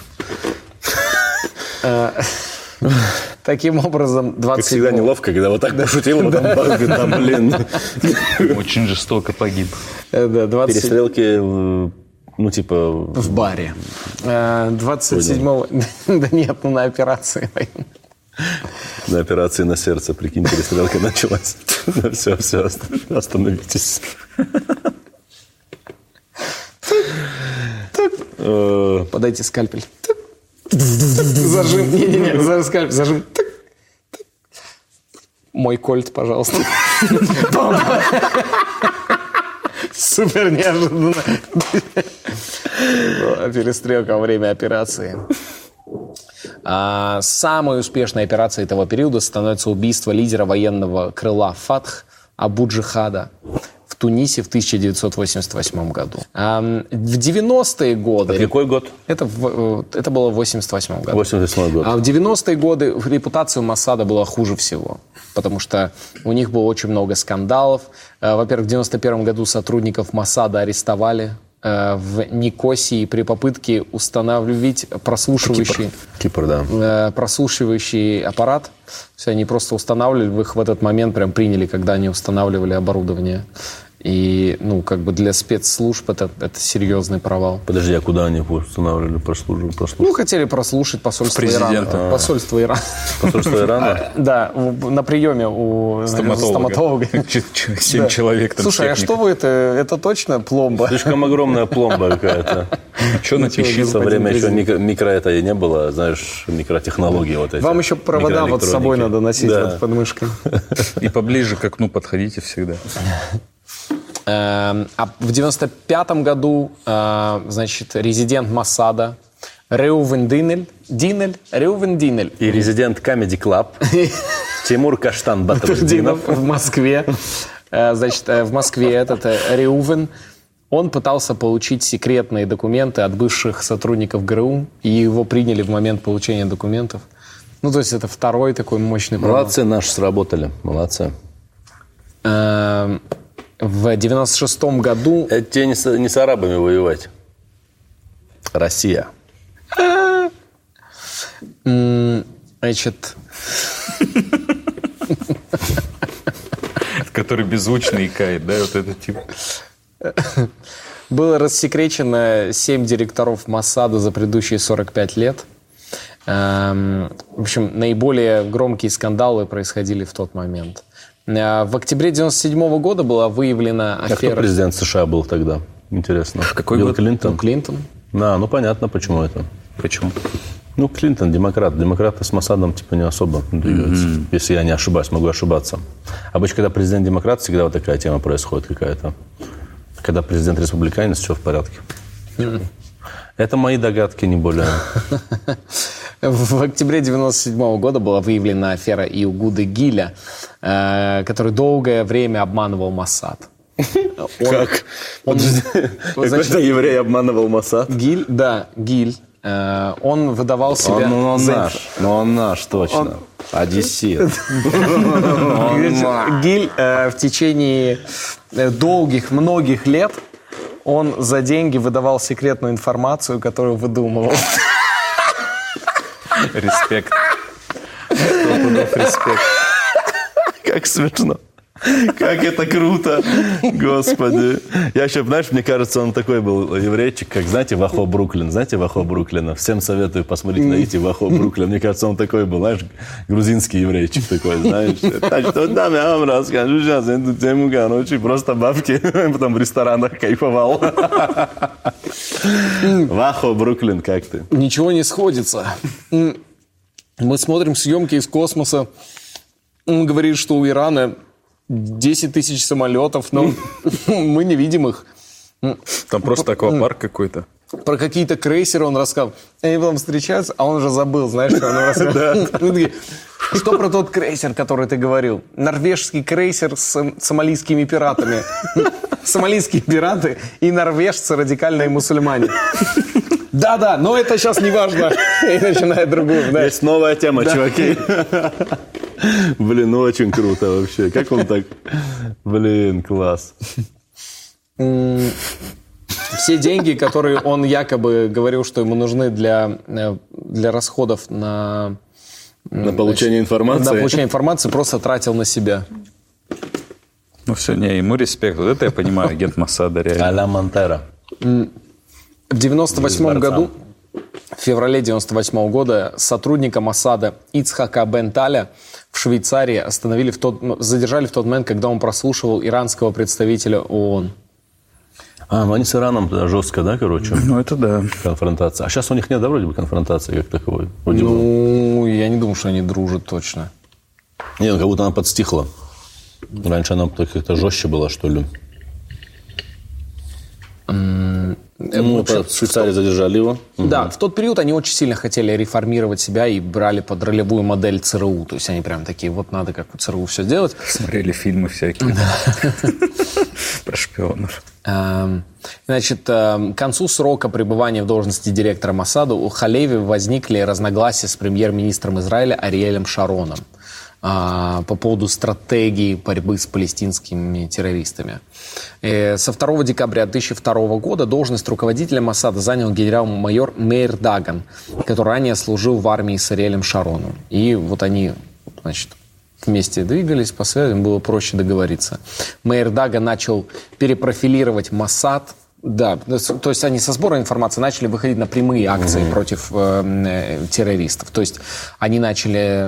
Таким образом, 27... Как всегда неловко, когда вот так пошутил, потом, блин. Очень жестоко погиб. Перестрелки, в баре. 27-го... Да нет, на операции. На операции на сердце, прикинь, перестрелка началась. Все, остановитесь. Подайте скальпель. Зажим. Не, скальпель, зажим. Мой кольт, пожалуйста. Супер неожиданно. Перестрелка во время операции. Самой успешной операцией этого периода становится убийство лидера военного крыла Фатх Абу-Джихада в Тунисе в 1988 году. В 90-е годы... Какой год? Это было в 88 году. 88 год. А в 90-е годы репутация Моссада была хуже всего, потому что у них было очень много скандалов. Во-первых, в 91 году сотрудников Моссада арестовали в Никосии при попытке установить прослушивающий аппарат. То есть они просто устанавливали, их в этот момент прям приняли, когда они устанавливали оборудование. И, для спецслужб это серьезный провал. Подожди, а куда они устанавливали прослушивать? Хотели прослушать посольство Ирана. Посольство Ирана. Посольство Ирана? Да, на приеме у стоматолога. 7 человек там. Слушай, а что вы это точно пломба? Слишком огромная пломба какая-то. Что напиши? В свое время еще микро не было, знаешь, микротехнологии вот эти. Вам еще провода с собой надо носить под мышкой. И поближе к окну подходите всегда. А в 95-м году, резидент Моссада Реувен Динель и резидент Comedy Club Тимур Каштан Батрудинов в Москве. В Москве этот Реувен, он пытался получить секретные документы от бывших сотрудников ГРУ, и его приняли в момент получения документов. То есть это второй такой мощный провал. Молодцы наши сработали, молодцы. В 96-м году... Это тебе не с арабами воевать. Россия. Который беззвучно икает, да, вот этот тип. Было рассекречено 7 директоров Моссада за предыдущие 45 лет. В общем, наиболее громкие скандалы происходили в тот момент. В октябре 1997 года была выявлена афера... А кто президент США был тогда? Интересно. Какой Билл год? Клинтон? Клинтон. Да, ну понятно, почему это. Почему? Ну, Клинтон демократ. Демократы с Моссадом типа не особо двигаются. Если я не ошибаюсь, могу ошибаться. Обычно, когда президент демократ, всегда вот такая тема происходит какая-то. Когда президент республиканец, все в порядке. Это мои догадки, не более. В октябре 1997 года была выявлена афера Иугуды Гиля, который долгое время обманывал Моссад. Как? Какой-то еврей обманывал Моссад? Гиль, да, Гиль. Он выдавал себя... Он наш, точно. Одессит. Гиль в течение многих лет он за деньги выдавал секретную информацию, которую выдумывал. Респект. Респект. Как смешно. Как это круто. Господи. Я еще, знаешь, мне кажется, он такой был еврейчик, как, знаете, Вахо Бруклин. Знаете Вахо Бруклина? Всем советую посмотреть, найти Вахо Бруклин. Мне кажется, он такой был, знаешь, грузинский еврейчик такой, знаешь. Так что да, я вам расскажу сейчас эту тему, короче, просто бабки. Потом в ресторанах кайфовал. Вахо Бруклин, как ты? Ничего не сходится. Мы смотрим съемки из космоса. Он говорит, что у Ирана 10 тысяч самолетов, но мы не видим их. Там просто аквапарк какой-то. Про какие-то крейсеры он рассказывал. Они потом встречаются, а он уже забыл, знаешь, что он рассказывал. Что про тот крейсер, который ты говорил? Норвежский крейсер с сомалийскими пиратами. Сомалийские пираты и норвежцы радикальные мусульмане. Да-да, но это сейчас не важно. И начинает другую. Есть новая тема, чуваки. Блин, очень круто вообще. Как он так... Блин, класс. Все деньги, которые он якобы говорил, что ему нужны для расходов на получение информации. На получение информации, просто тратил на себя. Ну все, не, ему респект. Вот это я понимаю, агент Моссада реально. А-ля Монтера. В 98 году, в феврале 98 года, сотрудника Моссада Ицхака бен Таля в Швейцарии задержали в тот момент, когда он прослушивал иранского представителя ООН. Ну они с Ираном тогда жестко, да, короче? Ну, это да. Конфронтация. А сейчас у них нет, да, вроде бы, конфронтации как таковой? Ну, я не думаю, что они дружат точно. Нет, как будто она подстихла. Раньше она как-то жестче была, что ли. В Швейцарии задержали его. Да, в тот период они очень сильно хотели реформировать себя и брали под ролевую модель ЦРУ. То есть они прям такие, вот надо как у ЦРУ все делать. Смотрели фильмы всякие. Про шпионов. Значит, к концу срока пребывания в должности директора Моссада у Халеви возникли разногласия с премьер-министром Израиля Ариэлем Шароном по поводу стратегии борьбы с палестинскими террористами. Со 2 декабря 2002 года должность руководителя Моссада занял генерал-майор Мейр Даган, который ранее служил в армии с Ариэлем Шароном. И вот они, значит, вместе двигались, по связям было проще договориться. Мейр Даган начал перепрофилировать Моссад. Да, то есть они со сбора информации начали выходить на прямые акции против террористов. То есть они начали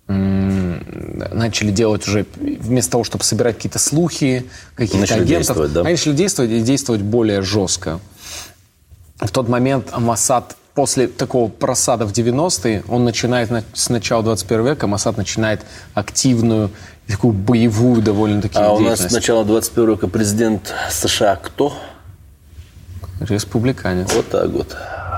делать уже, вместо того, чтобы собирать какие-то слухи, каких-то агентов, они начали действовать и действовать более жестко. В тот момент Моссад, после такого просада в 90-е, он начинает, с начала 21 века, Моссад начинает активную, такую боевую довольно-таки деятельность. А у нас с начала 21 века президент США кто? Республиканец. Вот так вот.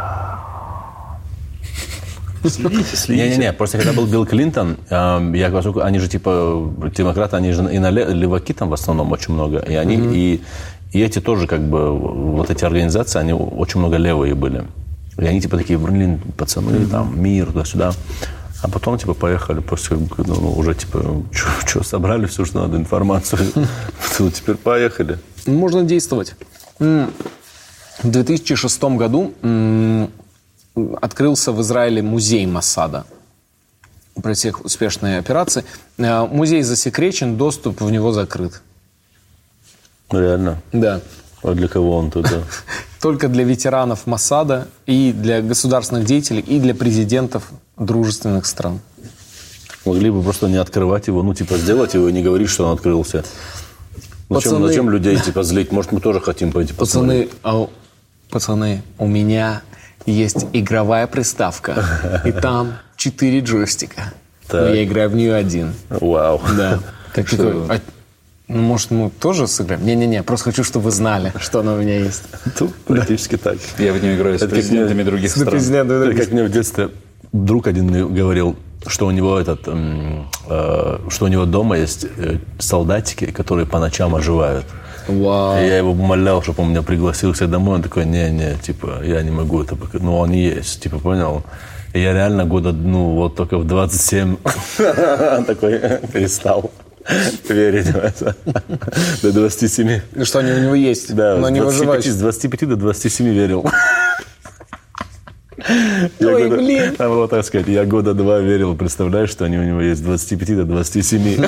Следите. Не-не-не, просто когда был Билл Клинтон, они же типа демократы, они же и леваки там в основном очень много. И они, и эти тоже как бы, вот эти организации, они очень много левые были. И они типа такие, блин, пацаны, там, мир, туда-сюда. А потом типа поехали, после уже типа, что, собрали все, что надо, информацию. Теперь поехали. Можно действовать. В 2006 году открылся в Израиле музей Моссада. При всех успешной операции. Музей засекречен, доступ в него закрыт. Реально? Да. А для кого он туда? Только для ветеранов Моссада и для государственных деятелей, и для президентов дружественных стран. Могли бы просто не открывать его, сделать его и не говорить, что он открылся. Зачем людей типа злить? Может, мы тоже хотим пойти посмотреть? Пацаны, у меня есть игровая приставка, и там 4 джойстика. Но я играю в нее один. Вау. Да. Так такой, может, мы тоже сыграем? Не-не-не, просто хочу, чтобы вы знали, что она у меня есть. Практически так. Я в нее играю с президентами других стран. Как мне в детстве друг один говорил, что у него что у него дома есть солдатики, которые по ночам оживают. Вау. И я его умолял, чтобы он меня пригласил к себе домой. Он такой, не, типа, я не могу это показать. Но он есть, типа, понял? И я реально года, вот только в 27 такой перестал верить в это. До 27. Что они у него есть, да, но не выживают. С 25 до 27 верил. Ой, блин. Там было так сказать, я года 2 верил, представляешь, что они у него есть с 25 до 27.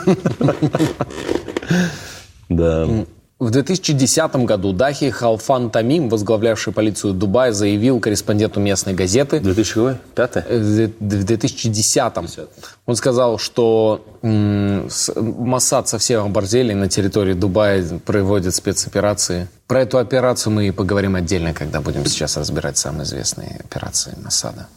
Да. В 2010 году Дахи Халфан Тамим, возглавлявший полицию Дубая, заявил корреспонденту местной газеты... 2005? В 2010. Он сказал, что Моссад со всех борделей на территории Дубая проводит спецоперации. Про эту операцию мы поговорим отдельно, когда будем сейчас разбирать самые известные операции Моссада.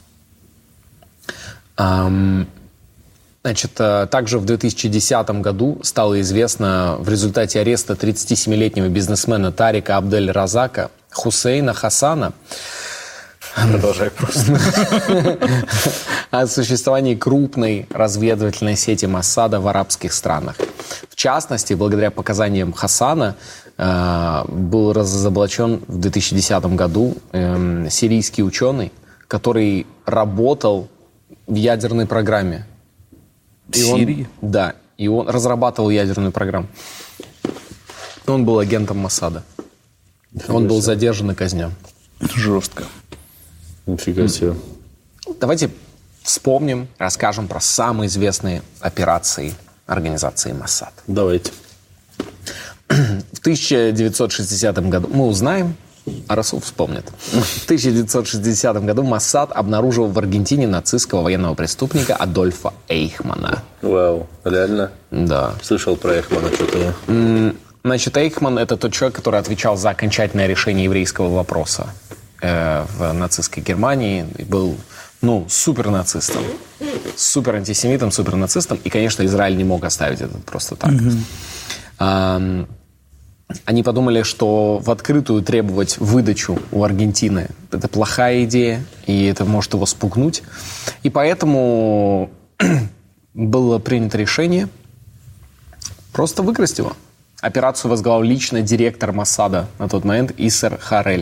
Значит, также в 2010 году стало известно в результате ареста 37-летнего бизнесмена Тарика Абдель-Разака Хусейна Хасана Продолжай просто. о существовании крупной разведывательной сети Моссада в арабских странах. В частности, благодаря показаниям Хасана был разоблачен в 2010 году сирийский ученый, который работал в ядерной программе. В Сирии? Да, и он разрабатывал ядерную программу. Он был агентом Моссада. Он был задержан и казнен. Жестко. Нифига себе. Давайте вспомним, расскажем про самые известные операции организации Моссад. Давайте. В 1960 году мы узнаем, а Расул вспомнит. В 1960 году Моссад обнаружил в Аргентине нацистского военного преступника Адольфа Эйхмана. Вау, реально? Да. Слышал про Эйхмана что-то. Значит, Эйхман – это тот человек, который отвечал за окончательное решение еврейского вопроса в нацистской Германии. И был, супер-нацистом, супер-антисемитом, супер-нацистом. И, конечно, Израиль не мог оставить это просто так. Они подумали, что в открытую требовать выдачу у Аргентины – это плохая идея, и это может его спугнуть. И поэтому было принято решение просто выкрасть его. Операцию возглавил лично директор Моссада на тот момент Иссер Харель.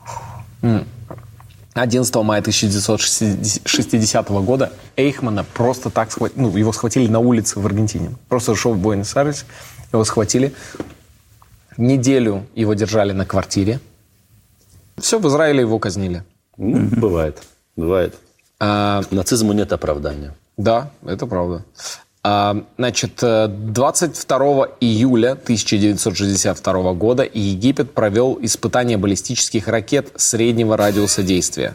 11 мая 1960 года Эйхмана просто так схватили, его схватили на улице в Аргентине. Просто шел в Буэнос-Айрес, его схватили. Неделю его держали на квартире. Все, в Израиле его казнили. Бывает. Нацизму нет оправдания. Да, это правда. Значит, 22 июля 1962 года Египет провел испытание баллистических ракет среднего радиуса действия.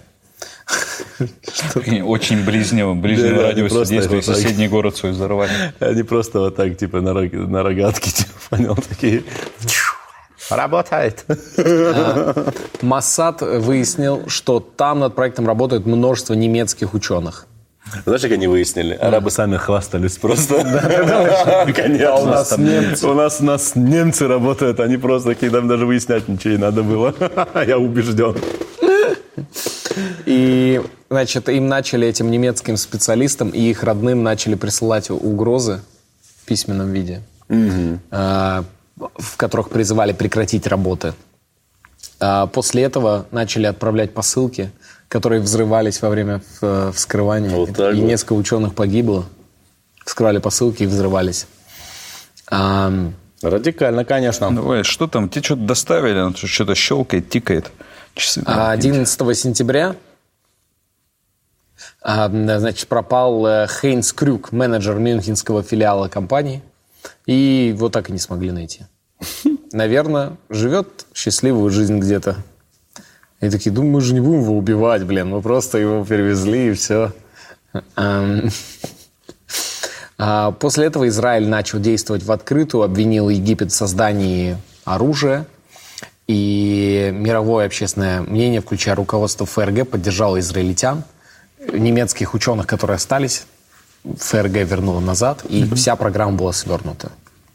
Очень ближнего радиуса действия. Соседний город свой взорвали. Они просто вот так, типа, на рогатке, понял, такие... Работает. Моссад выяснил, что там над проектом работает множество немецких ученых. Знаешь, как они выяснили? Арабы сами хвастались просто. Конечно. У нас немцы работают, они просто такие, нам даже выяснять ничего не надо было. Я убежден. И, значит, им начали, этим немецким специалистам и их родным начали присылать угрозы в письменном виде, в которых призывали прекратить работы. После этого начали отправлять посылки, которые взрывались во время вскрывания. Вот и несколько ученых погибло. Вскрывали посылки и взрывались. Радикально, конечно. Давай, что там? Тебе что-то доставили? Что-то щелкает, тикает. Часы, 11 сентября значит, пропал Хейнс Крюк, менеджер мюнхенского филиала компании. И его так и не смогли найти. Наверное, живет счастливую жизнь где-то. И такие, думаю, мы же не будем его убивать, мы просто его перевезли и все. После этого Израиль начал действовать в открытую, обвинил Египет в создании оружия. И мировое общественное мнение, включая руководство ФРГ, поддержало израильтян. Немецких ученых, которые остались, ФРГ вернула назад, и вся программа была свернута.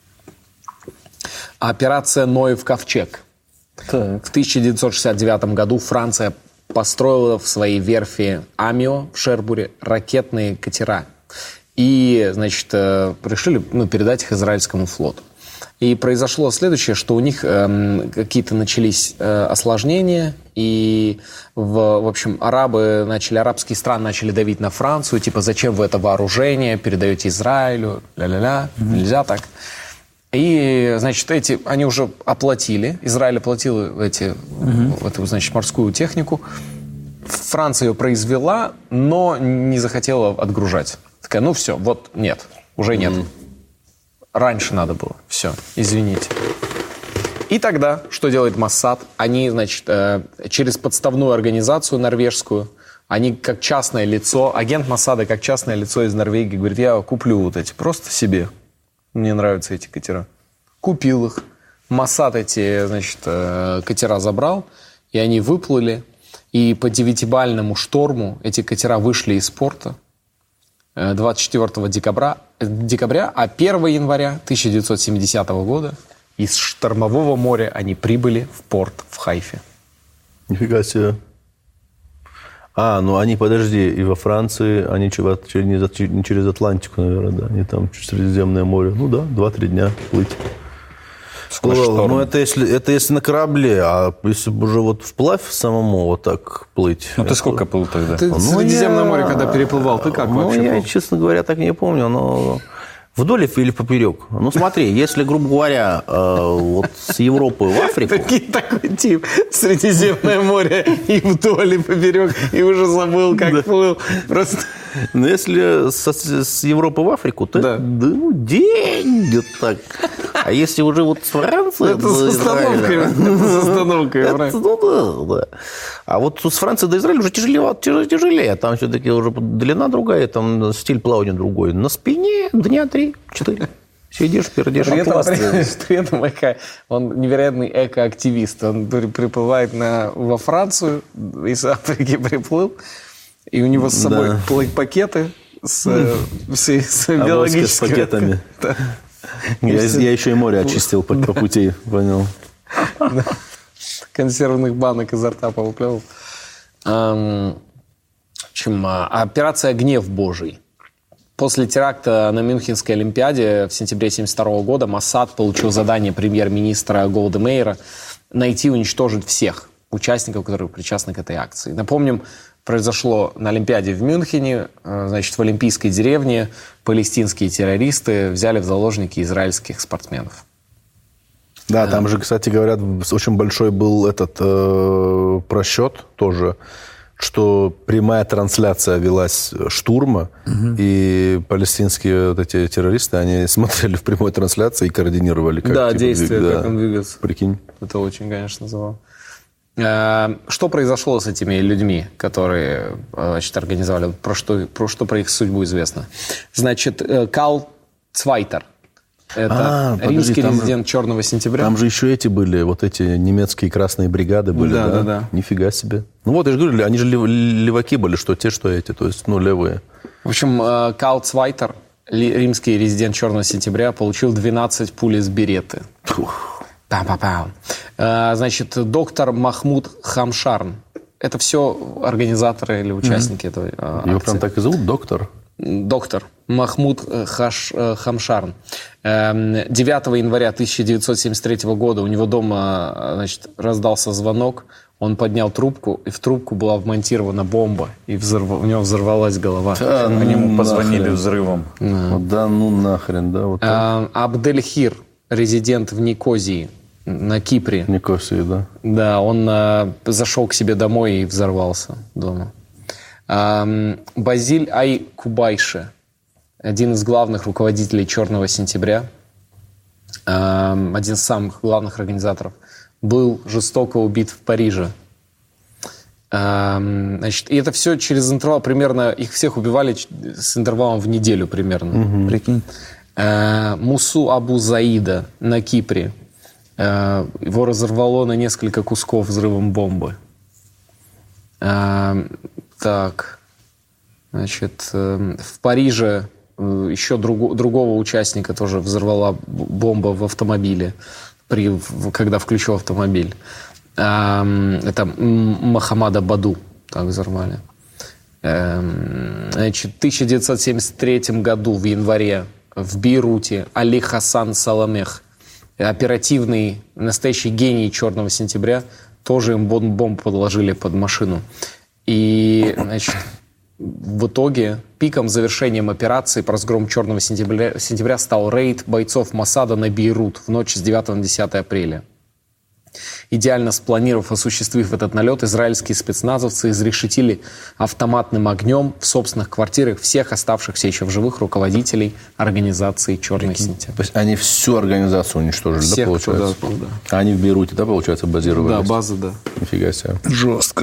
Операция «Ноев ковчег». Так. В 1969 году Франция построила в своей верфи «Амио» в Шербуре ракетные катера. И, значит, решили передать их израильскому флоту. И произошло следующее, что у них какие-то начались осложнения, и, в общем, арабские страны начали давить на Францию, типа, зачем вы это вооружение передаете Израилю, нельзя так. И, значит, они уже оплатили, Израиль оплатил эту, значит, морскую технику, Франция ее произвела, но не захотела отгружать. Такая, ну все, вот нет, уже нет. Раньше надо было. Все, извините. И тогда, что делает Моссад? Они, значит, через подставную организацию норвежскую, они как частное лицо, агент Моссада как частное лицо из Норвегии говорит, я куплю вот эти, просто себе. Мне нравятся эти катера. Купил их. Моссад эти, значит, катера забрал, и они выплыли. И по 9-бальному шторму эти катера вышли из порта 24 декабря, а 1 января 1970 года из штормового моря они прибыли в порт в Хайфе. Нифига себе. Ну они, подожди, и во Франции, они не через Атлантику, наверное, да, они там через Средиземное море. Ну да, 2-3 дня плыть. Ну, это если на корабле, а если бы уже вот вплавь самому вот так плыть. Ну, ты сколько плыл тогда? Ты в Средиземное море, когда переплывал, ты как вообще я, честно говоря, так не помню, но вдоль или поперек. Ну, смотри, если, грубо говоря, вот с Европы в Африку... Такой тип, Средиземное море и вдоль, и поперек, и уже забыл, как плыл. Просто... Но если с Европы в Африку, то день где-то так. А если уже вот с Франции... Это с остановкой. Да. А вот с Франции до Израиля уже тяжелее. Там все-таки уже длина другая, там стиль плавания другой. На спине дня 3-4. Сидишь, пердишь. При этом он невероятный экоактивист. Он приплывает во Францию, из Африки приплыл, и у него с собой пакеты с биологическими... с пакетами. Я еще и море очистил по пути, понял. Консервных банок изо рта повыплевал. Операция «Гнев Божий». После теракта на Мюнхенской Олимпиаде в сентябре 1972 года Моссад получил задание премьер-министра Голды Меира найти и уничтожить всех участников, которые причастны к этой акции. Напомним, произошло на Олимпиаде в Мюнхене, значит, в Олимпийской деревне палестинские террористы взяли в заложники израильских спортсменов. Да, там же, кстати, говорят, очень большой был этот просчет тоже, что прямая трансляция велась штурма, и палестинские вот эти террористы, они смотрели в прямой трансляции и координировали. Как, действия, как он двигается. Прикинь. Это очень, конечно, забавно. Что произошло с этими людьми, которые, значит, организовали? Про что про их судьбу известно? Значит, Карл Цвайтер. Это римский резидент «Черного сентября». Там же еще эти были, вот эти немецкие красные бригады были, да? Нифига себе. Ну вот, я же говорю, они же леваки были, что те, что эти, то есть, левые. В общем, Карл Цвайтер, римский резидент «Черного сентября», получил 12 пуль из береты. Значит, доктор Махмуд Хамшарн. Это все организаторы или участники этой акции. Его прям так и зовут, доктор? Доктор Махмуд Хамшарн. 9 января 1973 года у него дома, значит, раздался звонок. Он поднял трубку, и в трубку была вмонтирована бомба, и у него взорвалась голова. Они ему позвонили взрывом. Да ну нахрен, да. Вот Абдельхир, резидент в Никозии, на Кипре. Никосии, да. Да, он зашел к себе домой и взорвался дома. Базиль Ай-Кубайши, один из главных руководителей «Черного сентября», один из самых главных организаторов, был жестоко убит в Париже. Значит, и это все через интервал примерно, их всех убивали с интервалом в неделю примерно. Прикинь. Мусу Абу Заида на Кипре. Его разорвало на несколько кусков взрывом бомбы. Так, значит, в Париже еще другого участника тоже взорвала бомба в автомобиле, когда включил автомобиль. Это Мохаммада Баду так взорвали. Значит, в 1973 году в январе в Бейруте Али Хасан Саламех, оперативный, настоящий гений «Черного сентября», тоже им бомбу подложили под машину. И, значит, в итоге пиком, завершением операции по разгрому «Черного сентября» стал рейд бойцов Моссада на Бейрут в ночь с 9 на 10 апреля. Идеально спланировав, осуществив этот налет, израильские спецназовцы изрешетили автоматным огнем в собственных квартирах всех оставшихся еще в живых руководителей организации «Черный сентябрь». То есть они всю организацию уничтожили, всех, да, получается? Да. А они в Бейруте, да, получается, базировались? Да, базы, да. Нифига себе. Жестко.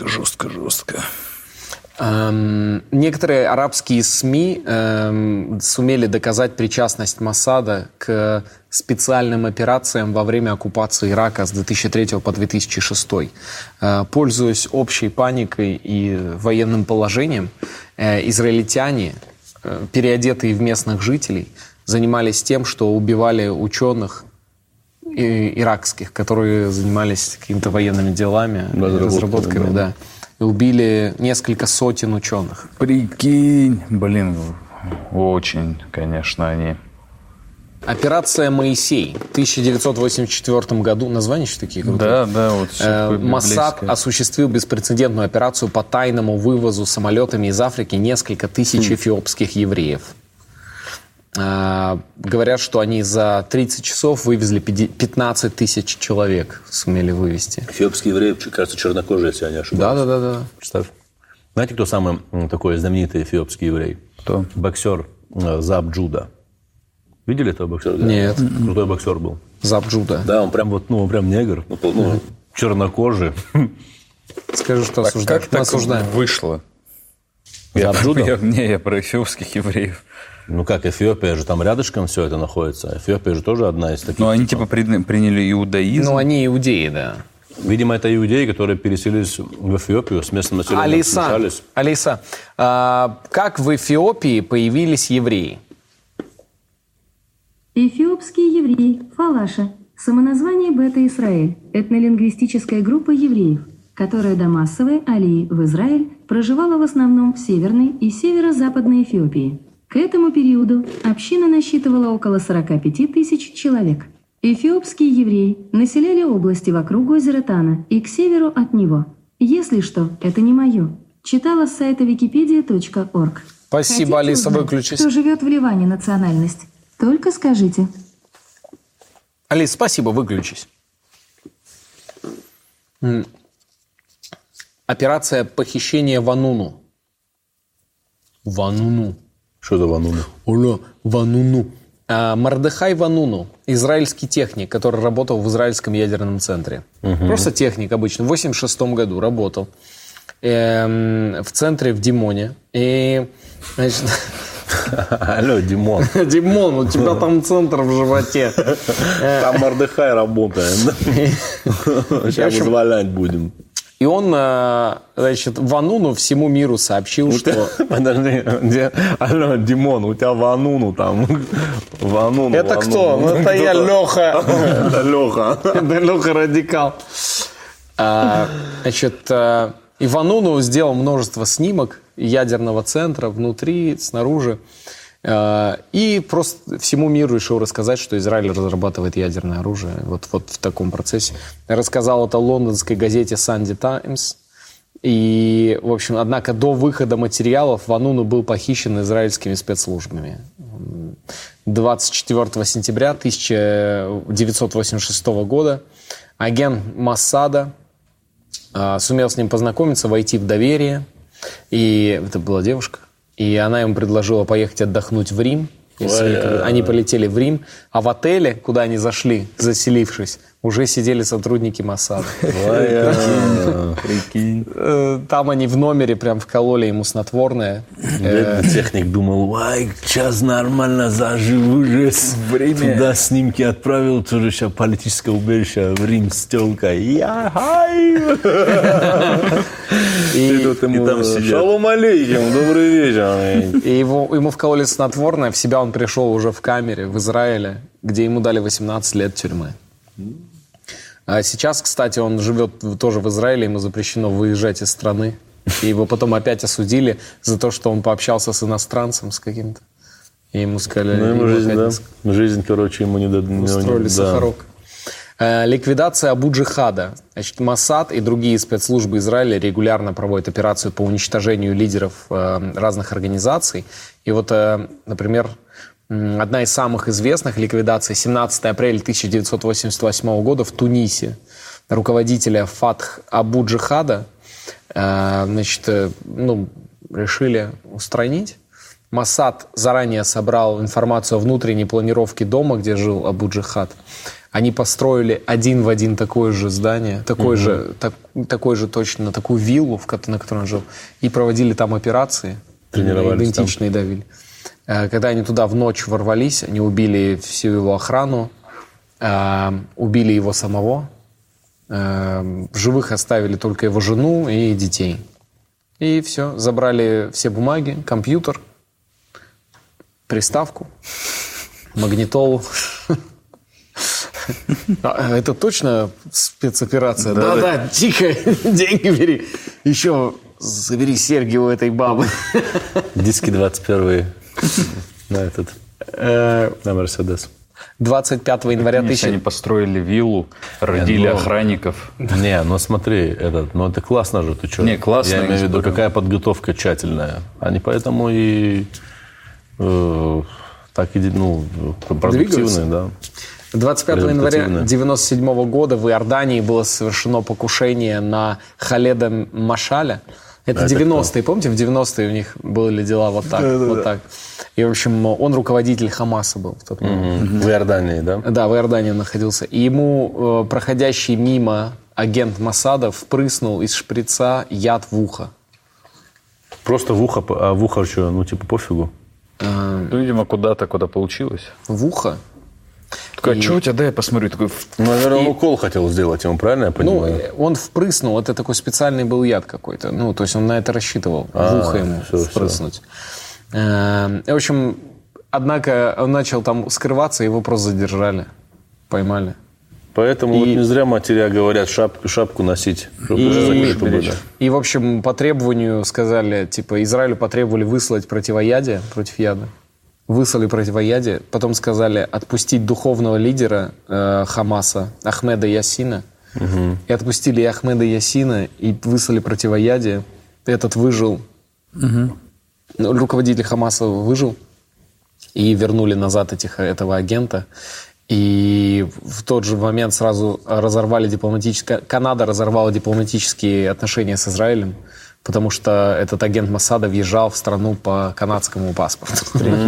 Некоторые арабские СМИ сумели доказать причастность Моссада к специальным операциям во время оккупации Ирака с 2003 по 2006. Пользуясь общей паникой и военным положением, израильтяне, переодетые в местных жителей, занимались тем, что убивали ученых иракских, которые занимались какими-то военными делами, разработками, да. И убили несколько сотен ученых. Прикинь, блин, очень, конечно, они... Операция «Моисей» в 1984 году. Названия еще такие крутые. Да, вот. Моссад осуществил беспрецедентную операцию по тайному вывозу самолетами из Африки несколько тысяч эфиопских евреев. Говорят, что они за 30 часов вывезли 15 тысяч человек, сумели вывезти. Эфиопские евреи, кажется, чернокожие, если я не ошибаюсь. Да. Представь. Знаете, кто самый такой знаменитый эфиопский еврей? Кто? Боксер Зап Джуда. Видели этого боксера? Нет. Крутой боксер был. Зап Джуда. Да, он прям прям негр. Чернокожий. Скажи, что осуждаем. Как так вышло? Зап Джуда? Я про эфиопских евреев. Ну как, Эфиопия же там рядышком все это находится. Эфиопия же тоже одна из таких. Ну они типа приняли иудаизм. Ну они иудеи, да. Видимо, это иудеи, которые переселились в Эфиопию, с местным населением смешались. Алиса, как в Эфиопии появились евреи? Эфиопские евреи, фалаша, самоназвание Бета-Исраэль, этнолингвистическая группа евреев, которая до массовой алии в Израиль проживала в основном в Северной и Северо-Западной Эфиопии. К этому периоду община насчитывала около 45 тысяч человек. Эфиопские евреи населяли области вокруг озера Тана и к северу от него. Если что, это не мое. Читала с сайта wikipedia.org. Спасибо, Хотите Алиса, узнать, выключись. кто живет в Ливане национальность? Только скажите. Алис, спасибо, выключись. Операция похищения Вануну. Вануну. Что за Вануну? Оля, Вануну. Мордехай Вануну, израильский техник, который работал в израильском ядерном центре. Просто техник обычно. В 1986 году работал в центре в Димоне. И, значит... Алло, Димон. Димон, у тебя там центр в животе. Там Мордехай работает. Сейчас вызволять будем. И он, значит, Вануну всему миру сообщил, что... Подожди, алло, Димон, у тебя Вануну там. Вануну. Это кто? Ну, это я, Леха. Это Леха. Это Леха Радикал. Значит, и Вануну сделал множество снимок ядерного центра внутри, снаружи. И просто всему миру решил рассказать, что Израиль разрабатывает ядерное оружие вот в таком процессе. Рассказал это лондонской газете Sunday Times. И, в общем, однако до выхода материалов Вануну был похищен израильскими спецслужбами. 24 сентября 1986 года агент Моссада сумел с ним познакомиться, войти в доверие. И это была девушка. И она ему предложила поехать отдохнуть в Рим. Они полетели в Рим. А в отеле, куда они зашли, заселившись, уже сидели сотрудники Моссада. Прикинь. Там они в номере прям вкололи ему снотворное. Техник думал, сейчас нормально заживу уже. Время. Туда снимки отправил, тоже сейчас политическое убежище в Рим с телкой. И там сидят. Шалом алейкум, добрый вечер. И ему вкололи снотворное, в себя он пришел уже в камере в Израиле, где ему дали 18 лет тюрьмы. А сейчас, кстати, он живет тоже в Израиле, ему запрещено выезжать из страны. И его потом опять осудили за то, что он пообщался с иностранцем, с каким-то. И ему сказали... Ну, ему жизнь, да. Жизнь, короче, ему не дадут. Устроили сахарок. Ликвидация Абу-Джихада. Значит, Моссад и другие спецслужбы Израиля регулярно проводят операцию по уничтожению лидеров разных организаций. И вот, например... Одна из самых известных ликвидаций 17 апреля 1988 года в Тунисе руководителя Фатх Абу-Джихада решили устранить. Моссад заранее собрал информацию о внутренней планировке дома, где жил Абу-Джихад. Они построили один в один такое же здание, такой же точно, такую виллу, на которой он жил, и проводили там операции. Тренировались идентичные там. давили. Когда они туда в ночь ворвались, они убили всю его охрану, убили его самого, в живых оставили только его жену и детей. И все, забрали все бумаги, компьютер, приставку, магнитолу. Это точно спецоперация? Да, тихо, деньги бери. Еще забери серьги у этой бабы. Диски 21-е. На Мерседес. 25 января Они построили виллу, родили охранников. Не, смотри, это классно же, ты что? Не, классно. Я имею в виду, какая подготовка тщательная. Они поэтому и продуктивные, да. 25 января 1997 года в Иордании было совершено покушение на Халеда Машаля. Это 90-е, помните, в 90-е у них были дела вот так, так. И, в общем, он руководитель Хамаса был в тот момент. В Иордании, да? Да, в Иордании он находился. И ему проходящий мимо агент Моссада впрыснул из шприца яд в ухо. Просто в ухо, а в ухо что, пофигу? Видимо, куда получилось. В ухо? Такой, что у тебя, дай я посмотрю. Такой... Наверное, он укол хотел сделать ему, правильно я понимаю? Он впрыснул, это такой специальный был яд какой-то. То есть он на это рассчитывал, в ухо ему впрыснуть. В общем, однако он начал там скрываться, его просто задержали, поймали. Поэтому не зря матеря говорят шапку носить. И, в общем, по требованию сказали, Израилю потребовали выслать противоядие против яда. Выслали противоядие, потом сказали отпустить духовного лидера Хамаса Ахмеда Ясина. И отпустили и Ахмеда Ясина, и выслали противоядие. Этот выжил. Руководитель Хамаса выжил. И вернули назад этого агента. И в тот же момент сразу Канада разорвала дипломатические отношения с Израилем, потому что этот агент Моссада въезжал в страну по канадскому паспорту.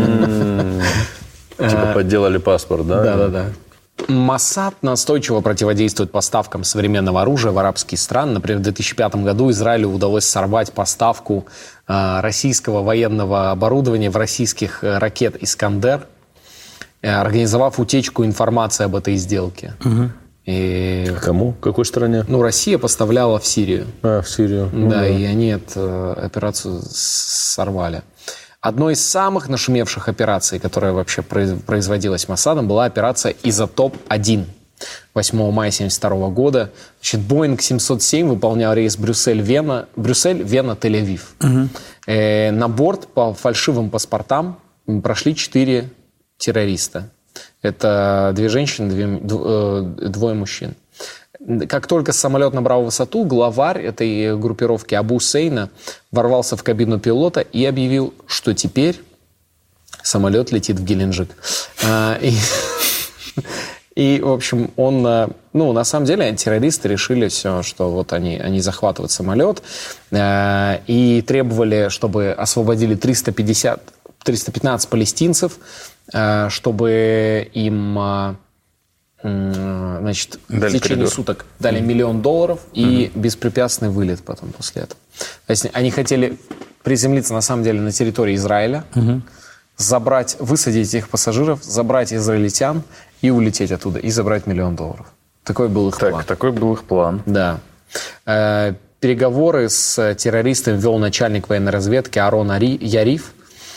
Подделали паспорт, да? Да. Моссад настойчиво противодействует поставкам современного оружия в арабские страны. Например, в 2005 году Израилю удалось сорвать поставку российского военного оборудования в российских ракет «Искандер», организовав утечку информации об этой сделке. И... Кому? Какой стране? Россия поставляла в Сирию. В Сирию. Да, и они эту операцию сорвали. Одной из самых нашумевших операций, которая вообще производилась Моссадом, была операция «Изотоп-1». 8 мая 1972 года. Боинг 707 выполнял рейс Брюссель-Вена, Тель-Авив. На борт по фальшивым паспортам прошли 4 террориста. Это 2 женщины, 2 мужчин. Как только самолет набрал высоту, главарь этой группировки Абу Сейна ворвался в кабину пилота и объявил, что теперь самолет летит в Геленджик. И, в общем, он... на самом деле, террористы решили все, что вот они захватывают самолет и требовали, чтобы освободили 315 палестинцев, чтобы им значит, в течение суток дали $1 миллион и беспрепятственный вылет потом после этого. То есть они хотели приземлиться, на самом деле, на территории Израиля, забрать, высадить этих пассажиров, забрать израильтян и улететь оттуда, и забрать $1 миллион. Такой был их план. Такой был их план. Да. Переговоры с террористами вел начальник военной разведки Арон Яриф.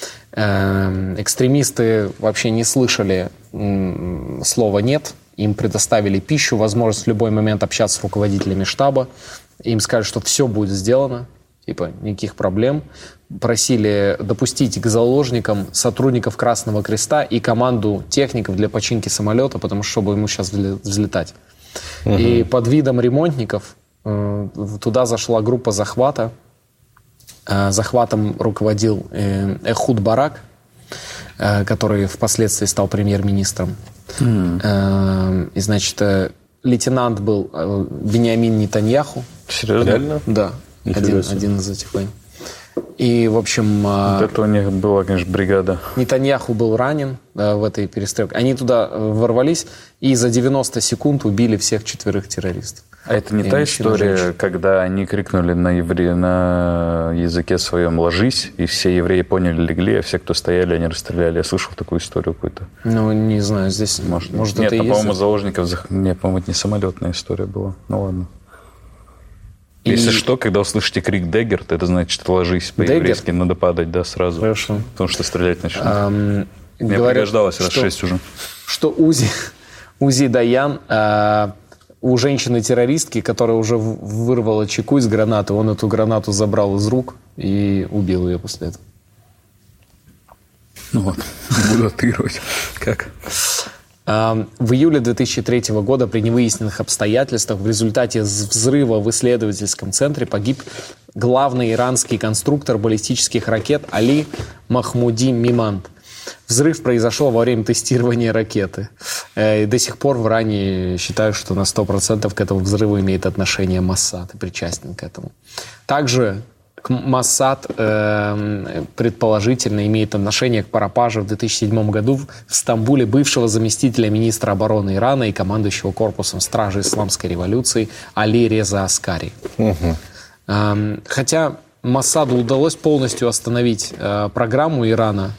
Экстремисты вообще не слышали слова «нет». Им предоставили пищу, возможность в любой момент общаться с руководителями штаба. Им сказали, что все будет сделано, типа никаких проблем. Просили допустить к заложникам сотрудников Красного Креста и команду техников для починки самолета, потому что чтобы ему сейчас взлетать. И под видом ремонтников туда зашла группа захвата. Захватом руководил Эхуд Барак, который впоследствии стал премьер-министром. И, значит, лейтенант был Биньямин Нетаньяху. Серьезно? Реально? Да. Один из этих воин. И, в общем... Вот это у них была, конечно, бригада. Нетаньяху был ранен в этой перестрелке. Они туда ворвались и за 90 секунд убили всех 4 террористов. А это не та история, когда они крикнули на языке своем «ложись», и все евреи поняли, легли, а все, кто стояли, они расстреляли. Я слышал такую историю какую-то. Ну, не знаю, здесь... Может нет, это и есть? По-моему, заложников... Нет, по-моему, это не самолетная история была. Ну, ладно. Если что, когда услышите крик «Деггерт», это значит «ложись» по-еврейски. Надо падать, да, сразу. Хорошо. Потому что стрелять начнут. Мне пригождалось раз 6 уже. Что Узи Даян... У женщины-террористки, которая уже вырвала чеку из гранаты, он эту гранату забрал из рук и убил ее после этого. Ну вот, буду отыгрывать. Как? В июле 2003 года при невыясненных обстоятельствах в результате взрыва в исследовательском центре погиб главный иранский конструктор баллистических ракет Али Махмуди Миманд. Взрыв произошел во время тестирования ракеты. И до сих пор в Иране считают, что на 100% к этому взрыву имеет отношение Моссад и причастен к этому. Также Моссад предположительно имеет отношение к пропаже в 2007 году в Стамбуле бывшего заместителя министра обороны Ирана и командующего корпусом стражи исламской революции Али Реза Аскари. Хотя Моссаду удалось полностью остановить программу Ирана,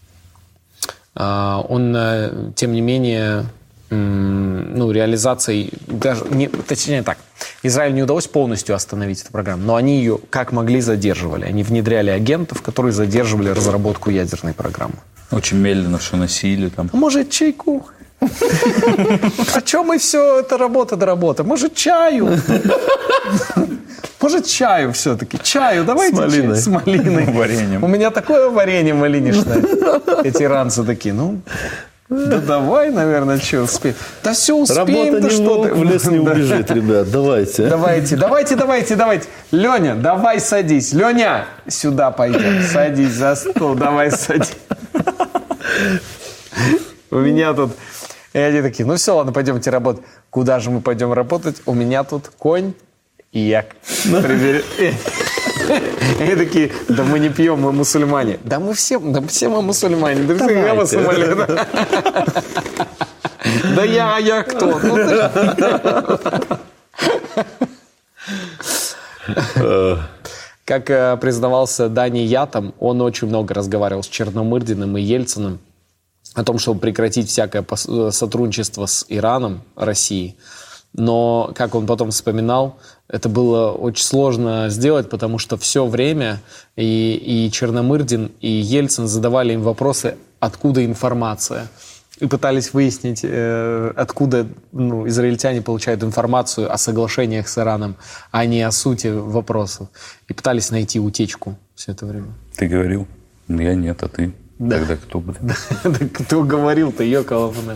он, тем не менее, реализацией, точнее так, Израилю не удалось полностью остановить эту программу, но они ее как могли задерживали. Они внедряли агентов, которые задерживали разработку ядерной программы. Очень медленно все носили там. Может, чайку? О чем и все, это работа до работы. Может, чаю? Может, чаю все-таки? Чаю, давайте. С малиной. Вареньем. У меня такое варенье малиничное. Эти иранцы такие, да давай, наверное, что успеем. Да все успеем. Работа не волк, в лес не убежит, ребят, давайте. Давайте. Леня, давай садись. Леня, сюда пойдем. Садись за стол, давай садись. У меня тут... И они такие, все, ладно, пойдемте работать. Куда же мы пойдем работать? У меня тут конь и я. Они такие, да мы не пьем, мы мусульмане. Да все мы мусульмане. Да все я мусульмане. Да я кто? Как признавался Дани Ятом, он очень много разговаривал с Черномырдиным и Ельциным о том, чтобы прекратить всякое сотрудничество с Ираном, Россией. Но, как он потом вспоминал, это было очень сложно сделать, потому что все время и Черномырдин, и Ельцин задавали им вопросы, откуда информация. И пытались выяснить, откуда израильтяне получают информацию о соглашениях с Ираном, а не о сути вопросов. И пытались найти утечку все это время. Ты говорил? Я нет, а ты? Да. Тогда кто бы? Кто говорил-то, ёкаловна.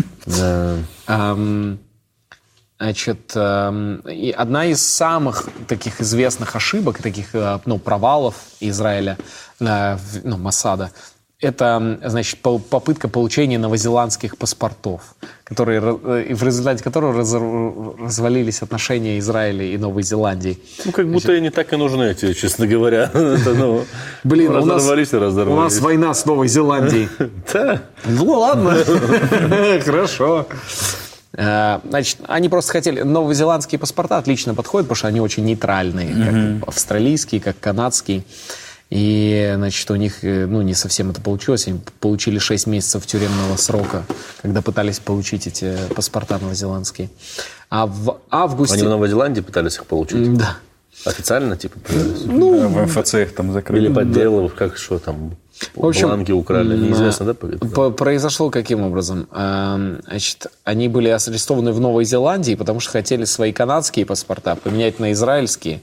Значит, и одна из самых таких известных ошибок, таких провалов Израиля, Моссада, это, значит, попытка получения новозеландских паспортов, в результате которого развалились отношения Израиля и Новой Зеландии. Как будто они так и нужны, эти, честно говоря. Блин, разорвались и разорвались. У нас война с Новой Зеландией. Да. Ну ладно, хорошо. Значит, они просто хотели... Новозеландские паспорта отлично подходят, потому что они очень нейтральные, как австралийские, как канадские. И, значит, у них, не совсем это получилось. Они получили 6 месяцев тюремного срока, когда пытались получить эти паспорта новозеландские. А в августе... Они в Новой Зеландии пытались их получить? Да. Официально, типа, пытались? В МФЦ их там закрыли. Или подделывали, как что там, в общем, бланки украли, неизвестно, да? Произошло каким образом? Значит, они были арестованы в Новой Зеландии, потому что хотели свои канадские паспорта поменять на израильские.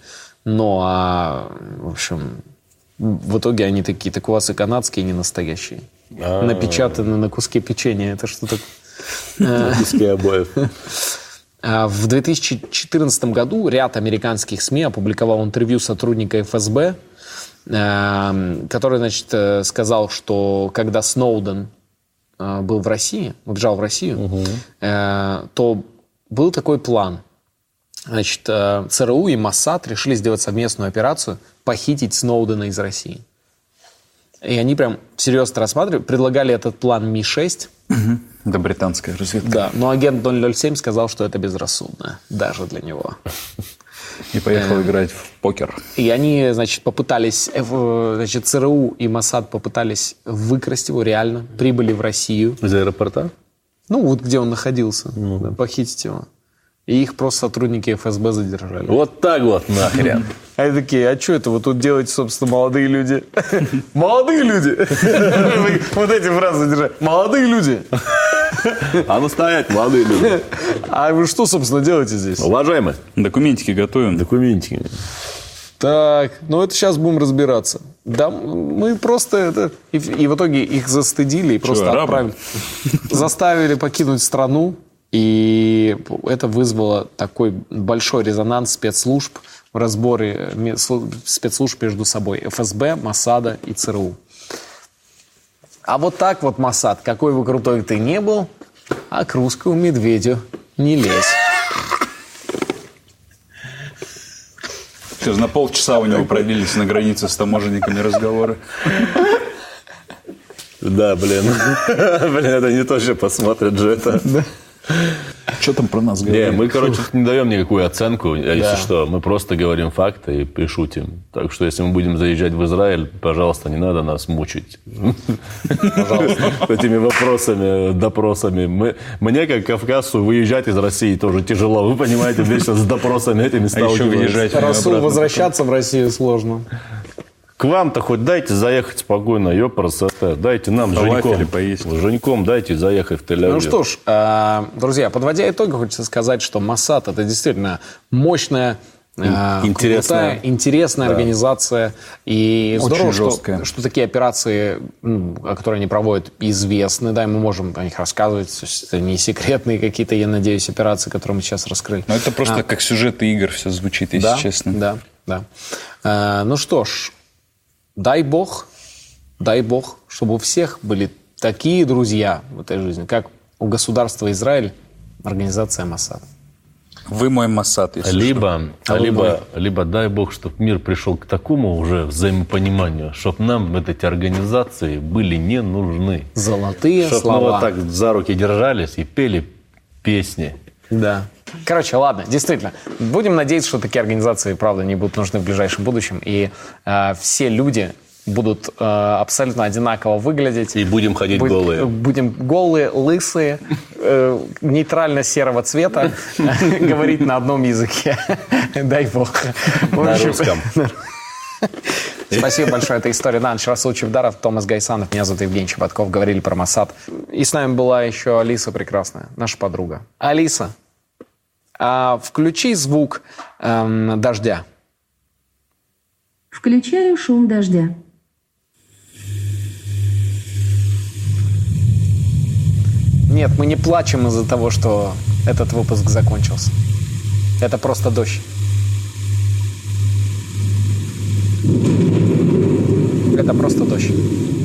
В общем, в итоге они такие, так у вас и канадские не настоящие. Напечатаны на куске печенья. Это что такое? На куске обоев. В 2014 году ряд американских СМИ опубликовал интервью сотрудника ФСБ, который, значит, сказал, что когда Сноуден был в России, убежал в Россию, то был такой план. Значит, ЦРУ и Моссад решили сделать совместную операцию похитить Сноудена из России. И они прям всерьез рассматривали, предлагали этот план Ми-6. Это британская разведка. Да, но агент 007 сказал, что это безрассудно, даже для него. И поехал играть в покер. И они, значит, попытались, значит, ЦРУ и Моссад попытались выкрасть его реально, прибыли в Россию. Из аэропорта? Вот где он находился, да, похитить его. И их просто сотрудники ФСБ задержали. Вот так вот нахрен. Они такие, а что это вы тут делаете, собственно, молодые люди? Молодые люди! Вот эти фразы задержали. Молодые люди! А ну стоять, молодые люди. А вы что, собственно, делаете здесь? Уважаемые. Документики готовим. Документики. Так, это сейчас будем разбираться. Да, мы просто это... И в итоге их застыдили и просто отправили. Заставили покинуть страну. И это вызвало такой большой резонанс спецслужб в разборе спецслужб между собой. ФСБ, Моссада и ЦРУ. А вот так вот, Моссад, какой бы крутой ты ни был, а к русскому медведю не лезь. Сейчас на полчаса у него продлились на границе с таможенниками разговоры. Да, блин. Блин, это не то, что посмотрят же это. Что там про нас говорят? Мы, не даем никакую оценку. Если что, мы просто говорим факты и шутим. Так что, если мы будем заезжать в Израиль, пожалуйста, не надо нас мучить. Пожалуйста. Этими вопросами, допросами. Мне, как кавказцу, выезжать из России тоже тяжело. Вы понимаете, вечно с допросами этими сталкиваемся. Расул, возвращаться в Россию сложно. К вам-то хоть дайте заехать спокойно, ёпарасоте. Дайте нам, Женьком дайте заехать в Тель-Авив. Ну что ж, друзья, подводя итоги, хочется сказать, что Моссад — это действительно мощная, интересная организация. И очень здорово, что такие операции, которые они проводят, известны. Да, и мы можем о них рассказывать. Это не секретные какие-то, я надеюсь, операции, которые мы сейчас раскрыли. Но это просто как сюжеты игр все звучит, если честно. Да. Ну что ж, дай бог, чтобы у всех были такие друзья в этой жизни, как у государства Израиль, организация Моссад. Вы мой Моссад, если либо дай бог, чтобы мир пришел к такому уже взаимопониманию, чтобы нам эти организации были не нужны. Золотые чтобы слова. Мы вот так за руки держались и пели песни. Да. Короче, ладно, действительно. Будем надеяться, что такие организации, правда, не будут нужны в ближайшем будущем. И все люди будут абсолютно одинаково выглядеть. И будем ходить голые. Будем голые, лысые, нейтрально-серого цвета, говорить на одном языке. Дай бог. На русском. Спасибо большое. Это «История на ночь». Расул Чевдаров, Томас Гайсанов. Меня зовут Евгений Чеботков. Говорили про Моссад. И с нами была еще Алиса прекрасная, наша подруга. Алиса, включи звук дождя. Включаю шум дождя. Нет, мы не плачем из-за того, что этот выпуск закончился. Это просто дождь. Это просто дождь.